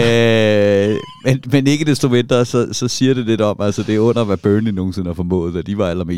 C: Øh, men, men ikke desto mindre, så, så siger det lidt om, altså det er under, hvad Burnley nogensinde har formået, da de var allermest Sean Dyche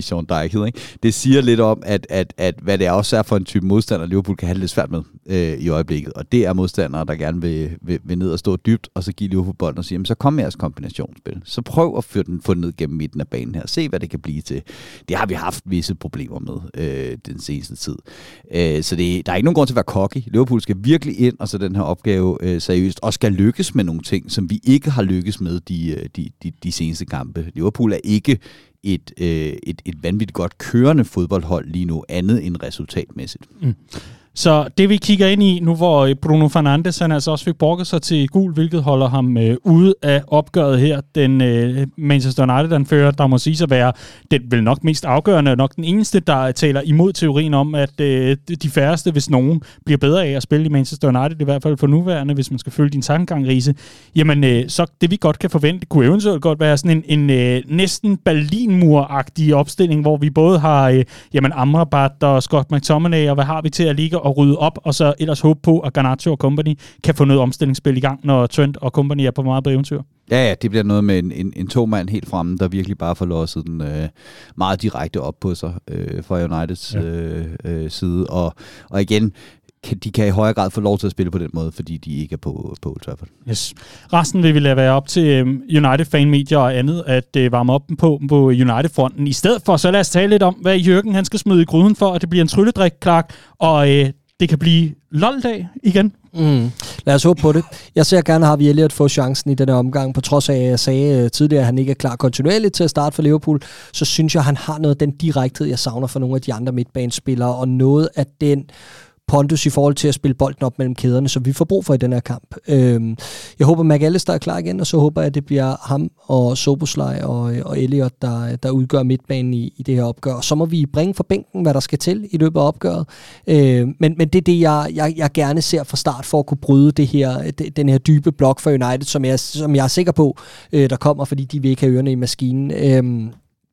C: frækhed, ikke? Det siger lidt om, at, at, at hvad det er også er for en type modstander, Liverpool kan have det lidt svært med øh, i øjeblikket. Og det er modstandere, der gerne vil, vil, vil ned og stå dybt, og så give Liverpool bolden og sige, jamen, så kom med jeres kombinationsspil. Så prøv at få den, få den ned gennem midten af banen her. Se, hvad det kan blive til. Det har vi haft visse problemer med øh, den seneste tid. Øh, så det, der er ikke nogen grund til at være cocky. Liverpool skal virkelig ind, og så den her opgave øh, seriøst, og skal lykkes med nogle ting, som vi ikke har lykkes med de, de, de, de seneste kampe. Liverpool er ikke et, øh, et, et vanvittigt godt kørende fodboldhold lige nu, andet end resultatmæssigt. Mm.
A: Så det vi kigger ind i nu, hvor Bruno Fernandes han altså også fik brokket sig til gul, hvilket holder ham øh, ude af opgøret her. Den øh, Manchester United, den fører, der må sige at være den vel nok mest afgørende, og nok den eneste, der taler imod teorien om, at øh, de færreste, hvis nogen, bliver bedre af at spille i Manchester United, i hvert fald for nuværende, hvis man skal følge din tankegang, Riese. Jamen, øh, så det vi godt kan forvente, kunne eventuelt godt være sådan en, en øh, næsten Berlinmur-agtig opstilling, hvor vi både har øh, jamen Amrabat og Scott McTominay, og hvad har vi til at ligge og rydde op, og så ellers håbe på, at Garnacho og company kan få noget omstillingsspil i gang, når Trent og company er på meget på eventyr.
C: Ja, ja, det bliver noget med en, en, en tog-mand helt fremme, der virkelig bare får losset den øh, meget direkte op på sig øh, fra Uniteds ja. øh, øh, side. Og, og igen, kan, de kan i højere grad få lov til at spille på den måde, fordi de ikke er på, på Old Trafford.
A: Yes. Resten vil vi lade være op til um, United-fanmedier og andet, at uh, varme op på, på United-fronten. I stedet for, så lad os tale lidt om, hvad Jürgen han skal smide i gryden for, at det bliver en trylledrik, Clark, og uh, det kan blive lol-dag igen.
B: Mm. Lad os håbe på det. Jeg ser gerne, at Harvey Elliott få chancen i denne omgang, på trods af, at jeg sagde tidligere, at han ikke er klar kontinuerligt til at starte for Liverpool, så synes jeg, at han har noget af den direkthed, jeg savner for nogle af de andre midtbanespillere, og noget af den pondus i forhold til at spille bolden op mellem kæderne, som vi får brug for i den her kamp. Øhm, jeg håber, McAllister er klar igen, og så håber jeg, at det bliver ham og Szoboszlai og, og Elliott, der, der udgør midtbanen i, i det her opgør. Og så må vi bringe fra bænken, hvad der skal til i løbet af opgøret. Øhm, men, men det er det, jeg, jeg, jeg gerne ser fra start, for at kunne bryde det her, den her dybe blok for United, som jeg, som jeg er sikker på, øh, der kommer, fordi de vil ikke have ørerne i maskinen. Øhm,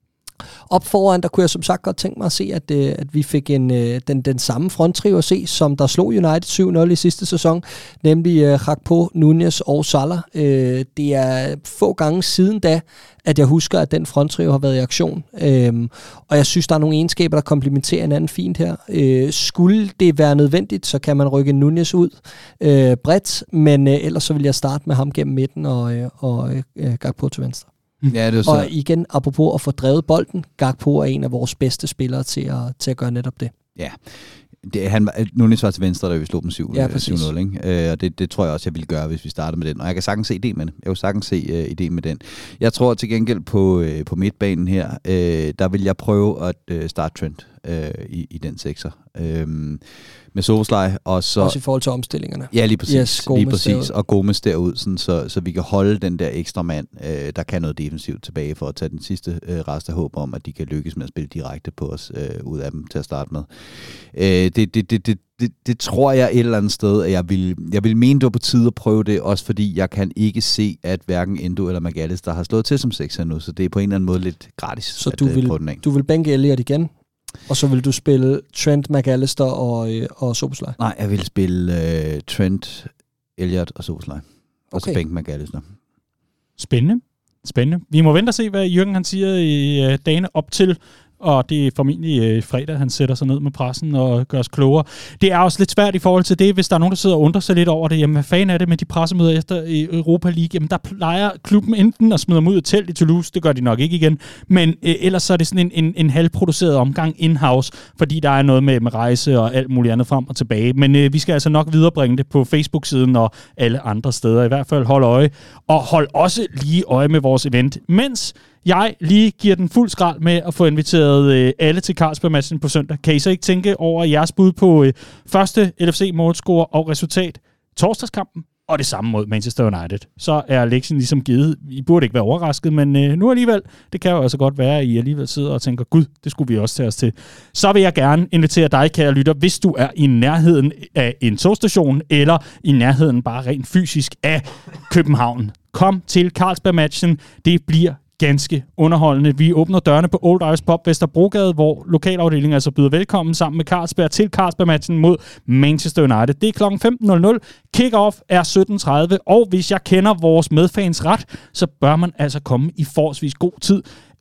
B: Op foran, der kunne jeg som sagt godt tænke mig at se, at, øh, at vi fik en, øh, den, den samme fronttrio at se, som der slog United syv nul i sidste sæson, nemlig øh, Gakpo, Nunez og Salah. Øh, det er få gange siden da, at jeg husker, at den fronttrio har været i aktion. Øh, og jeg synes, der er nogle egenskaber, der komplementerer hinanden fint her. Øh, skulle det være nødvendigt, så kan man rykke Nunez ud øh, bredt, men øh, ellers så vil jeg starte med ham gennem midten og, øh, og øh, Gakpo til venstre.
C: Ja, det så.
B: Og igen, apropos at få drevet bolden, Gakpo er en af vores bedste spillere til at, til at gøre netop det.
C: Ja, det, han, Nunez var til venstre, da vi slog dem syv nul, ikke? Øh, og det, det tror jeg også, jeg ville gøre, hvis vi startede med den. Og jeg kan sagtens se idé med det. Jeg kan sagtens se uh, idé med den. Jeg tror til gengæld på, uh, på midtbanen her, uh, der vil jeg prøve at uh, starte Trent uh, i, i den sekser. Uh, med Szoboszlai, og så...
B: Også i forhold til omstillingerne.
C: Ja, lige præcis.
B: Yes,
C: lige præcis. Og Gomez derud, sådan, så, så vi kan holde den der ekstra mand, øh, der kan noget defensivt tilbage, for at tage den sidste øh, rest af håb om, at de kan lykkes med at spille direkte på os, øh, ud af dem til at starte med. Øh, det, det, det, det, det, det tror jeg et eller andet sted, at jeg vil, jeg vil mene, det var på tide at prøve det, også fordi jeg kan ikke se, at hverken Endo eller McAllister har slået til som sekser nu, så det er på en eller anden måde lidt gratis
B: så
C: at
B: du vil,
C: prøve den af.
B: du vil bænke Elliott igen? Og så vil du spille Trent, McAllister og, øh, og Szoboszlai?
C: Nej, jeg vil spille øh, Trent, Elliott og Szoboszlai. Og okay. så bænke McAllister.
A: Spændende. Spændende. Vi må vente og se, hvad Jürgen han siger i øh, dagene op til, og det er formentlig øh, fredag, han sætter sig ned med pressen og gør os klogere. Det er også lidt svært i forhold til det, hvis der er nogen, der sidder og undrer sig lidt over det. Jamen, hvad fanden er det med de pressemøder efter i Europa League? Jamen, der plejer klubben enten at smide dem ud af telt i Toulouse, det gør de nok ikke igen, men øh, ellers så er det sådan en, en, en halvproduceret omgang in-house, fordi der er noget med, med rejse og alt muligt andet frem og tilbage. Men øh, vi skal altså nok viderebringe det på Facebook-siden og alle andre steder. I hvert fald hold øje, og hold også lige øje med vores event, mens jeg lige giver den fuld skrald med at få inviteret øh, alle til Carlsberg-matchen på søndag. Kan I så ikke tænke over jeres bud på øh, første L F C-målscore og resultat torsdagskampen, og det samme mod Manchester United? Så er lektien ligesom givet. I burde ikke være overrasket, men øh, nu alligevel, det kan jo altså godt være, at I alligevel sidder og tænker, gud, det skulle vi også tage os til. Så vil jeg gerne invitere dig, kære lytter, hvis du er i nærheden af en togstation, eller i nærheden bare rent fysisk af København. Kom til Carlsberg-matchen. Det bliver ganske underholdende. Vi åbner dørene på Old Irish Pub Vesterbrogade, hvor lokalafdelingen altså byder velkommen sammen med Carlsberg til Carlsberg-matchen mod Manchester United. Det er klokken femten nul nul. Kick-off er sytten tredive, og hvis jeg kender vores medfans ret, så bør man altså komme i forholdsvis god tid.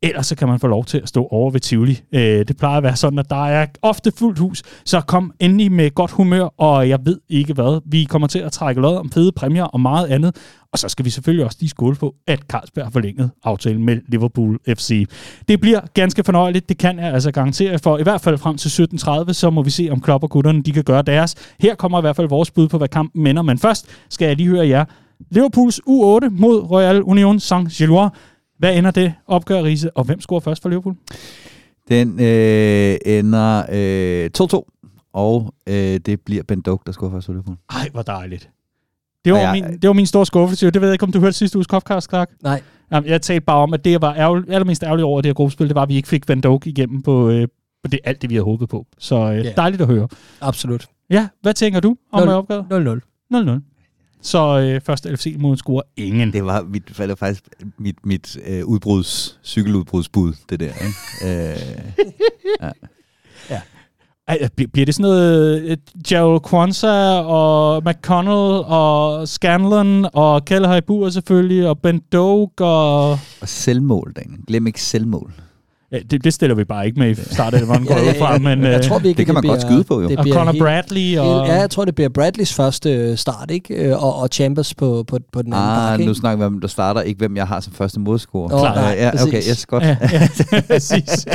A: Ellers så kan man få lov til at stå over ved Tivoli. Øh, det plejer at være sådan, at der er ofte fuldt hus, så kom endelig med godt humør, og jeg ved ikke hvad. Vi kommer til at trække lod om fede præmier og meget andet, og så skal vi selvfølgelig også lige skåle på, at Carlsberg har forlænget aftalen med Liverpool F C. Det bliver ganske fornøjeligt, det kan jeg altså garantere for, i hvert fald frem til sytten tredive, så må vi se, om Klopp og gutterne de kan gøre deres. Her kommer i hvert fald vores bud på, hvad kampen ender, men først skal jeg lige høre jer. Liverpools U otte mod Royal Union Saint-Gilloise. Hvad ender det opgør, Riese, og hvem scorer først for Liverpool?
C: Den øh, ender øh, to to, og øh, det bliver Ben Doak, der scorer først for Liverpool.
A: Ej, hvor dejligt. Det var,
C: jeg,
A: min, det var min store skuffelse. Det ved jeg ikke, om du hørte sidste uges Copcast, Clark?
B: Nej.
A: Jamen, jeg talte bare om, at det, jeg var ærgerlig, allermest ærgerlig over det her gruppespil, det var, at vi ikke fik Van Dijk igennem på, øh, på det, alt det, vi havde håbet på. Så øh, yeah. Dejligt at høre.
B: Absolut.
A: Ja, hvad tænker du om opgaven?
B: nul nul.
A: nul nul. Så øh, først L F C mod score ingen.
C: Det var mit, det var faktisk mit, mit øh, udbruds, cykeludbrudsbud, det der. Ikke? øh, ja.
A: ja. Ej, bliver det sådan noget uh, Gerald Kwanzaa og McConnell og Scanlon og Kjell Højbjerg selvfølgelig og Ben Doak og...
C: Og selvmål, Daniel. Glem ikke selvmål.
A: Ja, det, det stiller vi bare ikke med i starten, hvor man går ud fra, men...
B: Jeg tror virkelig,
C: det kan man
B: det
C: godt
B: bliver,
C: skyde på, jo.
A: Og Conor Bradley og...
B: Ja, jeg tror, det bliver Bradleys første start, ikke? Og, og Chambers på, på, på den anden
C: ah,
B: bakke, ikke?
C: Nu snakker vi om, der starter, ikke hvem jeg har som første modscorer.
B: Oh,
A: Klart.
B: nej,
C: ja, okay, yes, godt.
A: Ja, ja, præcis.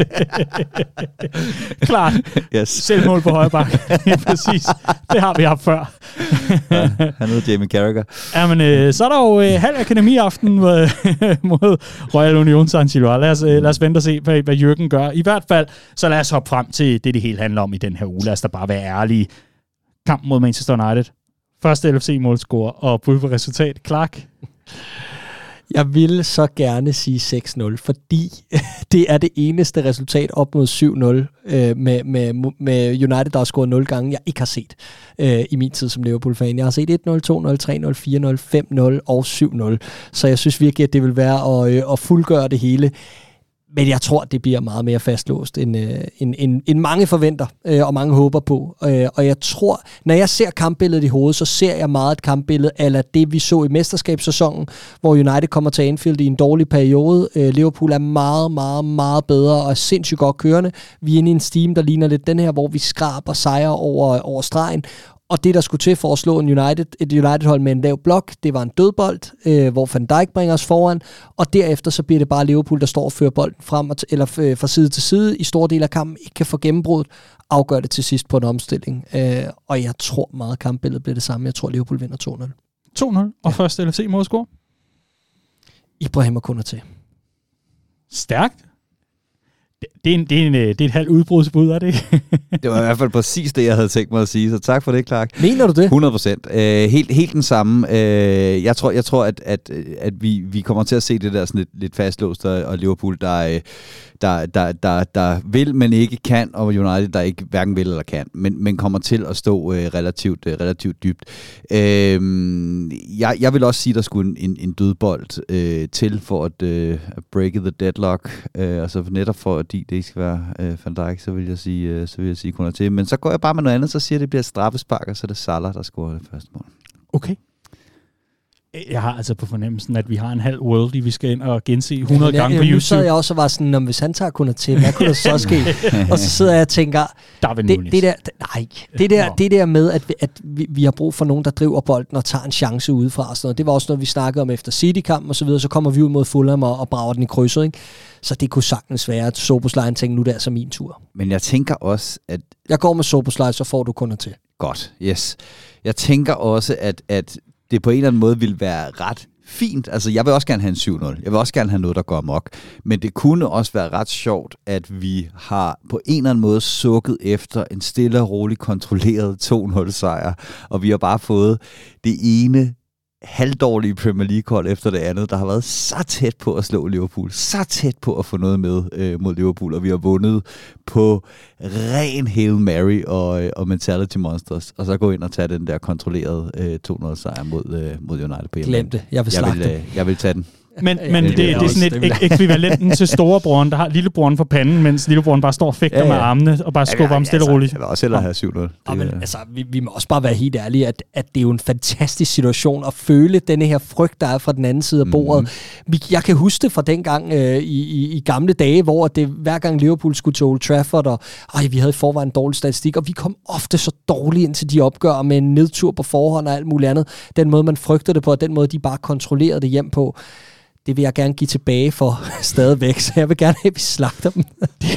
A: Klart.
C: Yes.
A: Selvmål på højre bakke. Ja, præcis. Det har vi haft før.
C: Ja, han hedder Jamie Carragher.
A: Jamen, øh, så er der jo øh, halv akademiaften mod, mod Royal Union Saint-Gilloise. Lad os, øh, lad os vente og se, hvad, hvad Jürgen gør. I hvert fald, så lad os hoppe frem til det, det hele handler om i den her uge. Lad os da bare være ærlige. Kampen mod Manchester United. Første L F C-målscore og bud på resultat. Clark?
B: Jeg ville så gerne sige seks nul, fordi det er det eneste resultat op mod syv nul øh, med, med, med United, der har scoret nul gange, jeg ikke har set øh, i min tid som Liverpool-fan. Jeg har set et nul, to nul, tre nul, fire nul, fem nul og syv nul, så jeg synes virkelig, at det vil være at, øh, at fuldgøre det hele. Men jeg tror, det bliver meget mere fastlåst, end, øh, end, end, end mange forventer, øh, og mange håber på. Øh, og jeg tror, når jeg ser kampbilledet i hovedet, så ser jeg meget et kampbillede, eller det vi så i mesterskabssæsonen, hvor United kommer til Anfield i en dårlig periode. Øh, Liverpool er meget, meget, meget bedre og er sindssygt godt kørende. Vi er inde i en steam, der ligner lidt den her, hvor vi skraber sejre over, over stregen. Og det, der skulle til for at slå en United, et United-hold med en lav blok, det var en dødbold, øh, hvor Van Dijk bringer os foran, og derefter så bliver det bare Liverpool, der står og fører bolden frem, og t- eller f- fra side til side i store dele af kampen, ikke kan få gennembruddet, afgør det til sidst på en omstilling. Øh, og jeg tror meget, kampbilledet bliver det samme. Jeg tror, Liverpool vinder to nul.
A: to nul, og
B: ja.
A: Første L F C-målscore?
B: Ibrahim og Konaté.
A: Stærkt. Det er, en, det, er en, det er et halvt udbrudsbud, er det ikke?
C: Det var i hvert fald præcis det, jeg havde tænkt mig at sige, så tak for det, Clark.
B: Mener du det?
C: hundrede procent. Øh, helt, helt den samme. Øh, jeg tror, jeg tror at, at, at vi, vi kommer til at se det der sådan lidt, lidt fastlåst, og Liverpool, der, der, der, der, der vil, men ikke kan, og United, der ikke hverken vil eller kan, men, men kommer til at stå øh, relativt, øh, relativt dybt. Øh, jeg, jeg vil også sige, at der skulle en, en dødbold øh, til for at øh, break the deadlock, øh, altså netop for, at de, det ikke skal være øh, Van Dijk, så vil jeg sige, øh, så vil jeg sige Konaté. Men så går jeg bare med noget andet, så siger jeg, at det bliver straffespark, og så er det Salah, der scorer det første mål.
A: Okay. Jeg har altså på fornemmelsen, at vi har en halv worldie, vi skal ind og gense hundrede gange på YouTube.
B: Nu sad jeg også og var sådan, om hvis han tager Konaté, hvad kunne der så ske? Og så sidder jeg og tænker, det, det der, nej, det der, det der med, at, vi, at vi, vi har brug for nogen, der driver bolden og tager en chance udefra. Sådan noget. Det var også noget, vi snakkede om efter City-kampen og så videre. Så kommer vi ud mod Fulham og, og brager den i krydset, ikke? Så det kunne sagtens være, at Szoboszlai tænker, nu er det altså min tur.
C: Men jeg tænker også, at...
B: Jeg går med Szoboszlai, så får du Konaté.
C: Godt, yes. Jeg tænker også, at, at det på en eller anden måde ville være ret fint. Altså, jeg vil også gerne have en syv nul. Jeg vil også gerne have noget, der går amok. Men det kunne også være ret sjovt, at vi har på en eller anden måde sukket efter en stille og rolig kontrolleret to nul sejr. Og vi har bare fået det ene halvdårlige Premier League-hold efter det andet, der har været så tæt på at slå Liverpool, så tæt på at få noget med øh, mod Liverpool, og vi har vundet på ren Hail Mary og, øh, og Mentality Monsters, og så gå ind og tage den der kontrollerede øh, to nul sejr mod, øh, mod United på hjemme.
B: Glem det, jeg vil slagte
C: jeg vil, øh, jeg vil tage den.
A: men,
B: Ja,
A: men
B: det
A: det,
B: vil
A: det,
B: jeg
A: det er
B: også.
A: sådan
B: Det
A: et
B: vil
A: ek- ekvivalenten til storebroren, der har lillebroren for panden, mens lillebroren bare står og fægter
C: Ja, ja.
A: med armene og bare skubber ham stille og roligt.
C: Jeg vil også hellere have syv nul.
B: Ja, men, altså, vi, vi må også bare være helt ærlige, at, at det er jo en fantastisk situation at føle denne her frygt, der er fra den anden side af bordet. Mm. Vi, jeg kan huske det fra dengang øh, i, i, i gamle dage, hvor det hver gang Liverpool skulle til Old Trafford, og ej, vi havde i forvejen en dårlig statistik, og vi kom ofte så dårligt ind til de opgør med en nedtur på forhånd og alt muligt andet. Den måde, man frygter det på, og den måde, de bare kontrollerede det hjem på, det vil jeg gerne give tilbage for stadigvæk, så jeg vil gerne have, at vi slagter dem.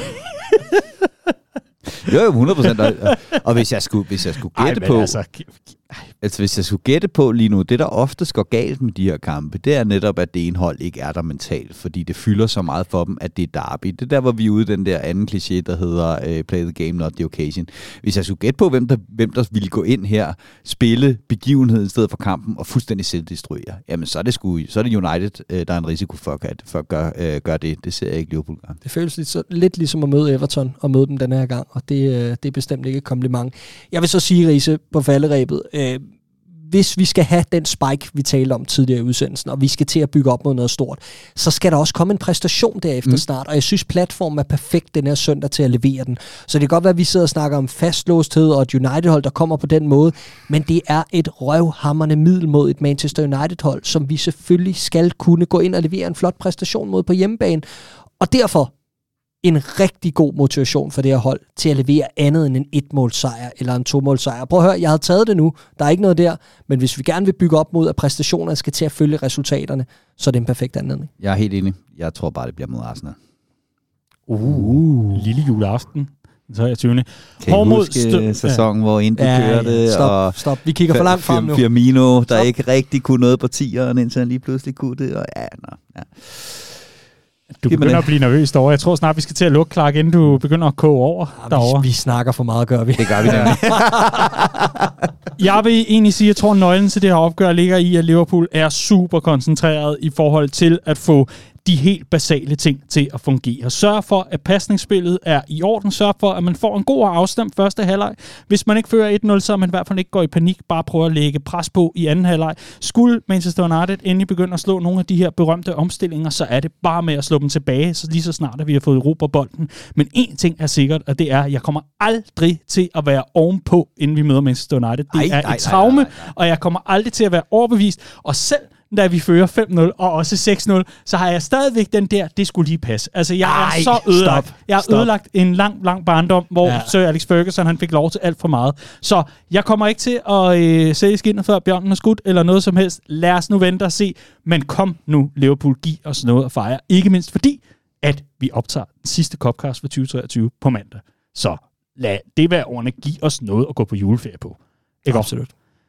C: Jo, jo, hundrede procent. Og, og hvis jeg skulle, hvis jeg skulle gætte
A: Ej,
C: på...
A: altså,
C: Altså, hvis jeg skulle gætte på lige nu, det der ofte går galt med de her kampe, det er netop, at det ene hold ikke er der mentalt, fordi det fylder så meget for dem, at det er derby. Det er der, hvor vi er ude i den der anden kliché, der hedder uh, play the game, not the occasion. Hvis jeg skulle gætte på, hvem der, hvem der ville gå ind her, spille begivenheden i stedet for kampen og fuldstændig selvdestruere, jamen så er det, sgu, så er det United, uh, der er en risiko for at, for at gøre, uh, gøre det. Det ser jeg ikke Liverpool gøre.
B: Det føles lidt, så, lidt ligesom at møde Everton og møde dem den her gang, og det, øh, det er bestemt ikke et kompliment. Jeg vil så sige, Riese, på falderæbet, øh, hvis vi skal have den spike, vi talte om tidligere i udsendelsen, og vi skal til at bygge op mod noget stort, så skal der også komme en præstation derefter mm. snart, og jeg synes, platformen er perfekt den her søndag til at levere den. Så det kan godt være, at vi sidder og snakker om fastlåsthed og et United-hold, der kommer på den måde, men det er et røvhamrende middel mod et Manchester United-hold, som vi selvfølgelig skal kunne gå ind og levere en flot præstation mod på hjemmebane, og derfor en rigtig god motivation for det her hold til at levere andet end en et-målsejr eller en to-målsejr. Prøv at høre, jeg har taget det nu. Der er ikke noget der. Men hvis vi gerne vil bygge op mod, at præstationerne skal til at følge resultaterne, så er det en perfekt anledning.
C: Jeg er helt enig. Jeg tror bare, det bliver mod Arsenal.
A: Uh, lille juleaften. treogtyvende
C: Kan I huske stø- sæsonen, ja. hvor Indy ja, kørte?
B: Ja, stop,
C: og
B: stop. Vi kigger for langt frem nu.
C: Firmino, der stop. Ikke rigtig kunne noget på tieren, indtil han lige pludselig kunne det. Og ja, nå, ja.
A: Du begynder at blive nervøs derovre. Jeg tror snart, vi skal til at lukke, Clark, inden du begynder at koge over ja, derovre.
B: Vi, vi snakker for meget, gør vi.
C: Det gør vi nemlig.
A: Jeg vil egentlig sige, at jeg tror, at nøglen til det her opgør ligger i, at Liverpool er super koncentreret i forhold til at få de helt basale ting til at fungere. Sørg for, at pasningsspillet er i orden. Sørg for, at man får en god og afstemt første halvleg. Hvis man ikke fører et nul, så man i hvert fald ikke går i panik. Bare prøve at lægge pres på i anden halvleg. Skulle Manchester United endelig begynde at slå nogle af de her berømte omstillinger, så er det bare med at slå dem tilbage, så lige så snart, at vi har fået erobret bolden. Men én ting er sikkert, og det er, at jeg kommer aldrig til at være ovenpå, inden vi møder Manchester United. Det ej, er ej, et traume, ej, ej, ej. og jeg kommer aldrig til at være overbevist. Og selv da vi fører fem nul og også seks nul, så har jeg stadigvæk den der, det skulle lige passe. Altså, jeg Ej, er så ødelagt. Stop, jeg har stop. ødelagt en lang, lang barndom, hvor ja. Sir Alex Ferguson, han fik lov til alt for meget. Så jeg kommer ikke til at øh, sælge skinnet før bjørnen er skudt, eller noget som helst. Lad os nu vente og se. Men kom nu, Liverpool, giv os noget at fejre. Ikke mindst fordi, at vi optager den sidste Copcast for tyve treogtyve på mandag. Så lad det være ordene, giv os noget at gå på juleferie på. Ikke
B: absolut.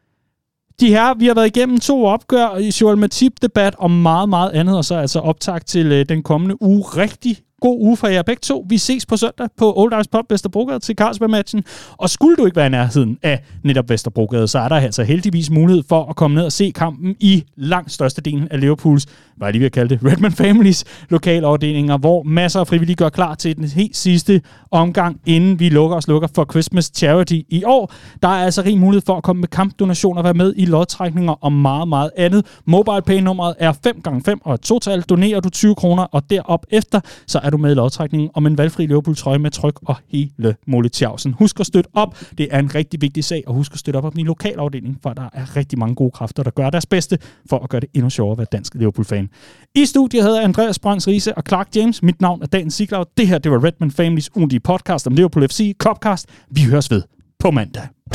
A: De her, vi har været igennem to opgør i Joel Matip-debat og meget, meget andet, og så altså optakt til øh, den kommende uge. Rigtig god uge for jer begge to. Vi ses på søndag på Old Irish Pub Vesterbrogade til Carlsberg-matchen. Og skulle du ikke være i nærheden af netop Vesterbrogade, så er der altså heldigvis mulighed for at komme ned og se kampen i langt størstedelen af Liverpools, hvad jeg lige vil kalde det, Redman Families lokalafdelinger, hvor masser af frivillige gør klar til den helt sidste omgang, inden vi lukker og slukker for Christmas Charity i år. Der er altså rig mulighed for at komme med kampdonationer, være med i lodtrækninger og meget, meget andet. MobilePay-nummeret er fem gange fem og et total. Donerer du tyve kroner og derop efter, så er du med i lodtrækningen om en valgfri Liverpool-trøje med tryk og hele Molletjavsen. Husk at støtte op. Det er en rigtig vigtig sag, og husk at støtte op om din lokalafdeling, for der er rigtig mange gode kræfter, der gør deres bedste for at gøre det endnu sjovere at være dansk Liverpool-fan. I studiet hedder Andreas Brøns Riise og Clark James. Mit navn er Dan Siglaug. Det her, det var Redman Families ugentlige podcast om Liverpool F C Copcast. Vi høres ved på mandag.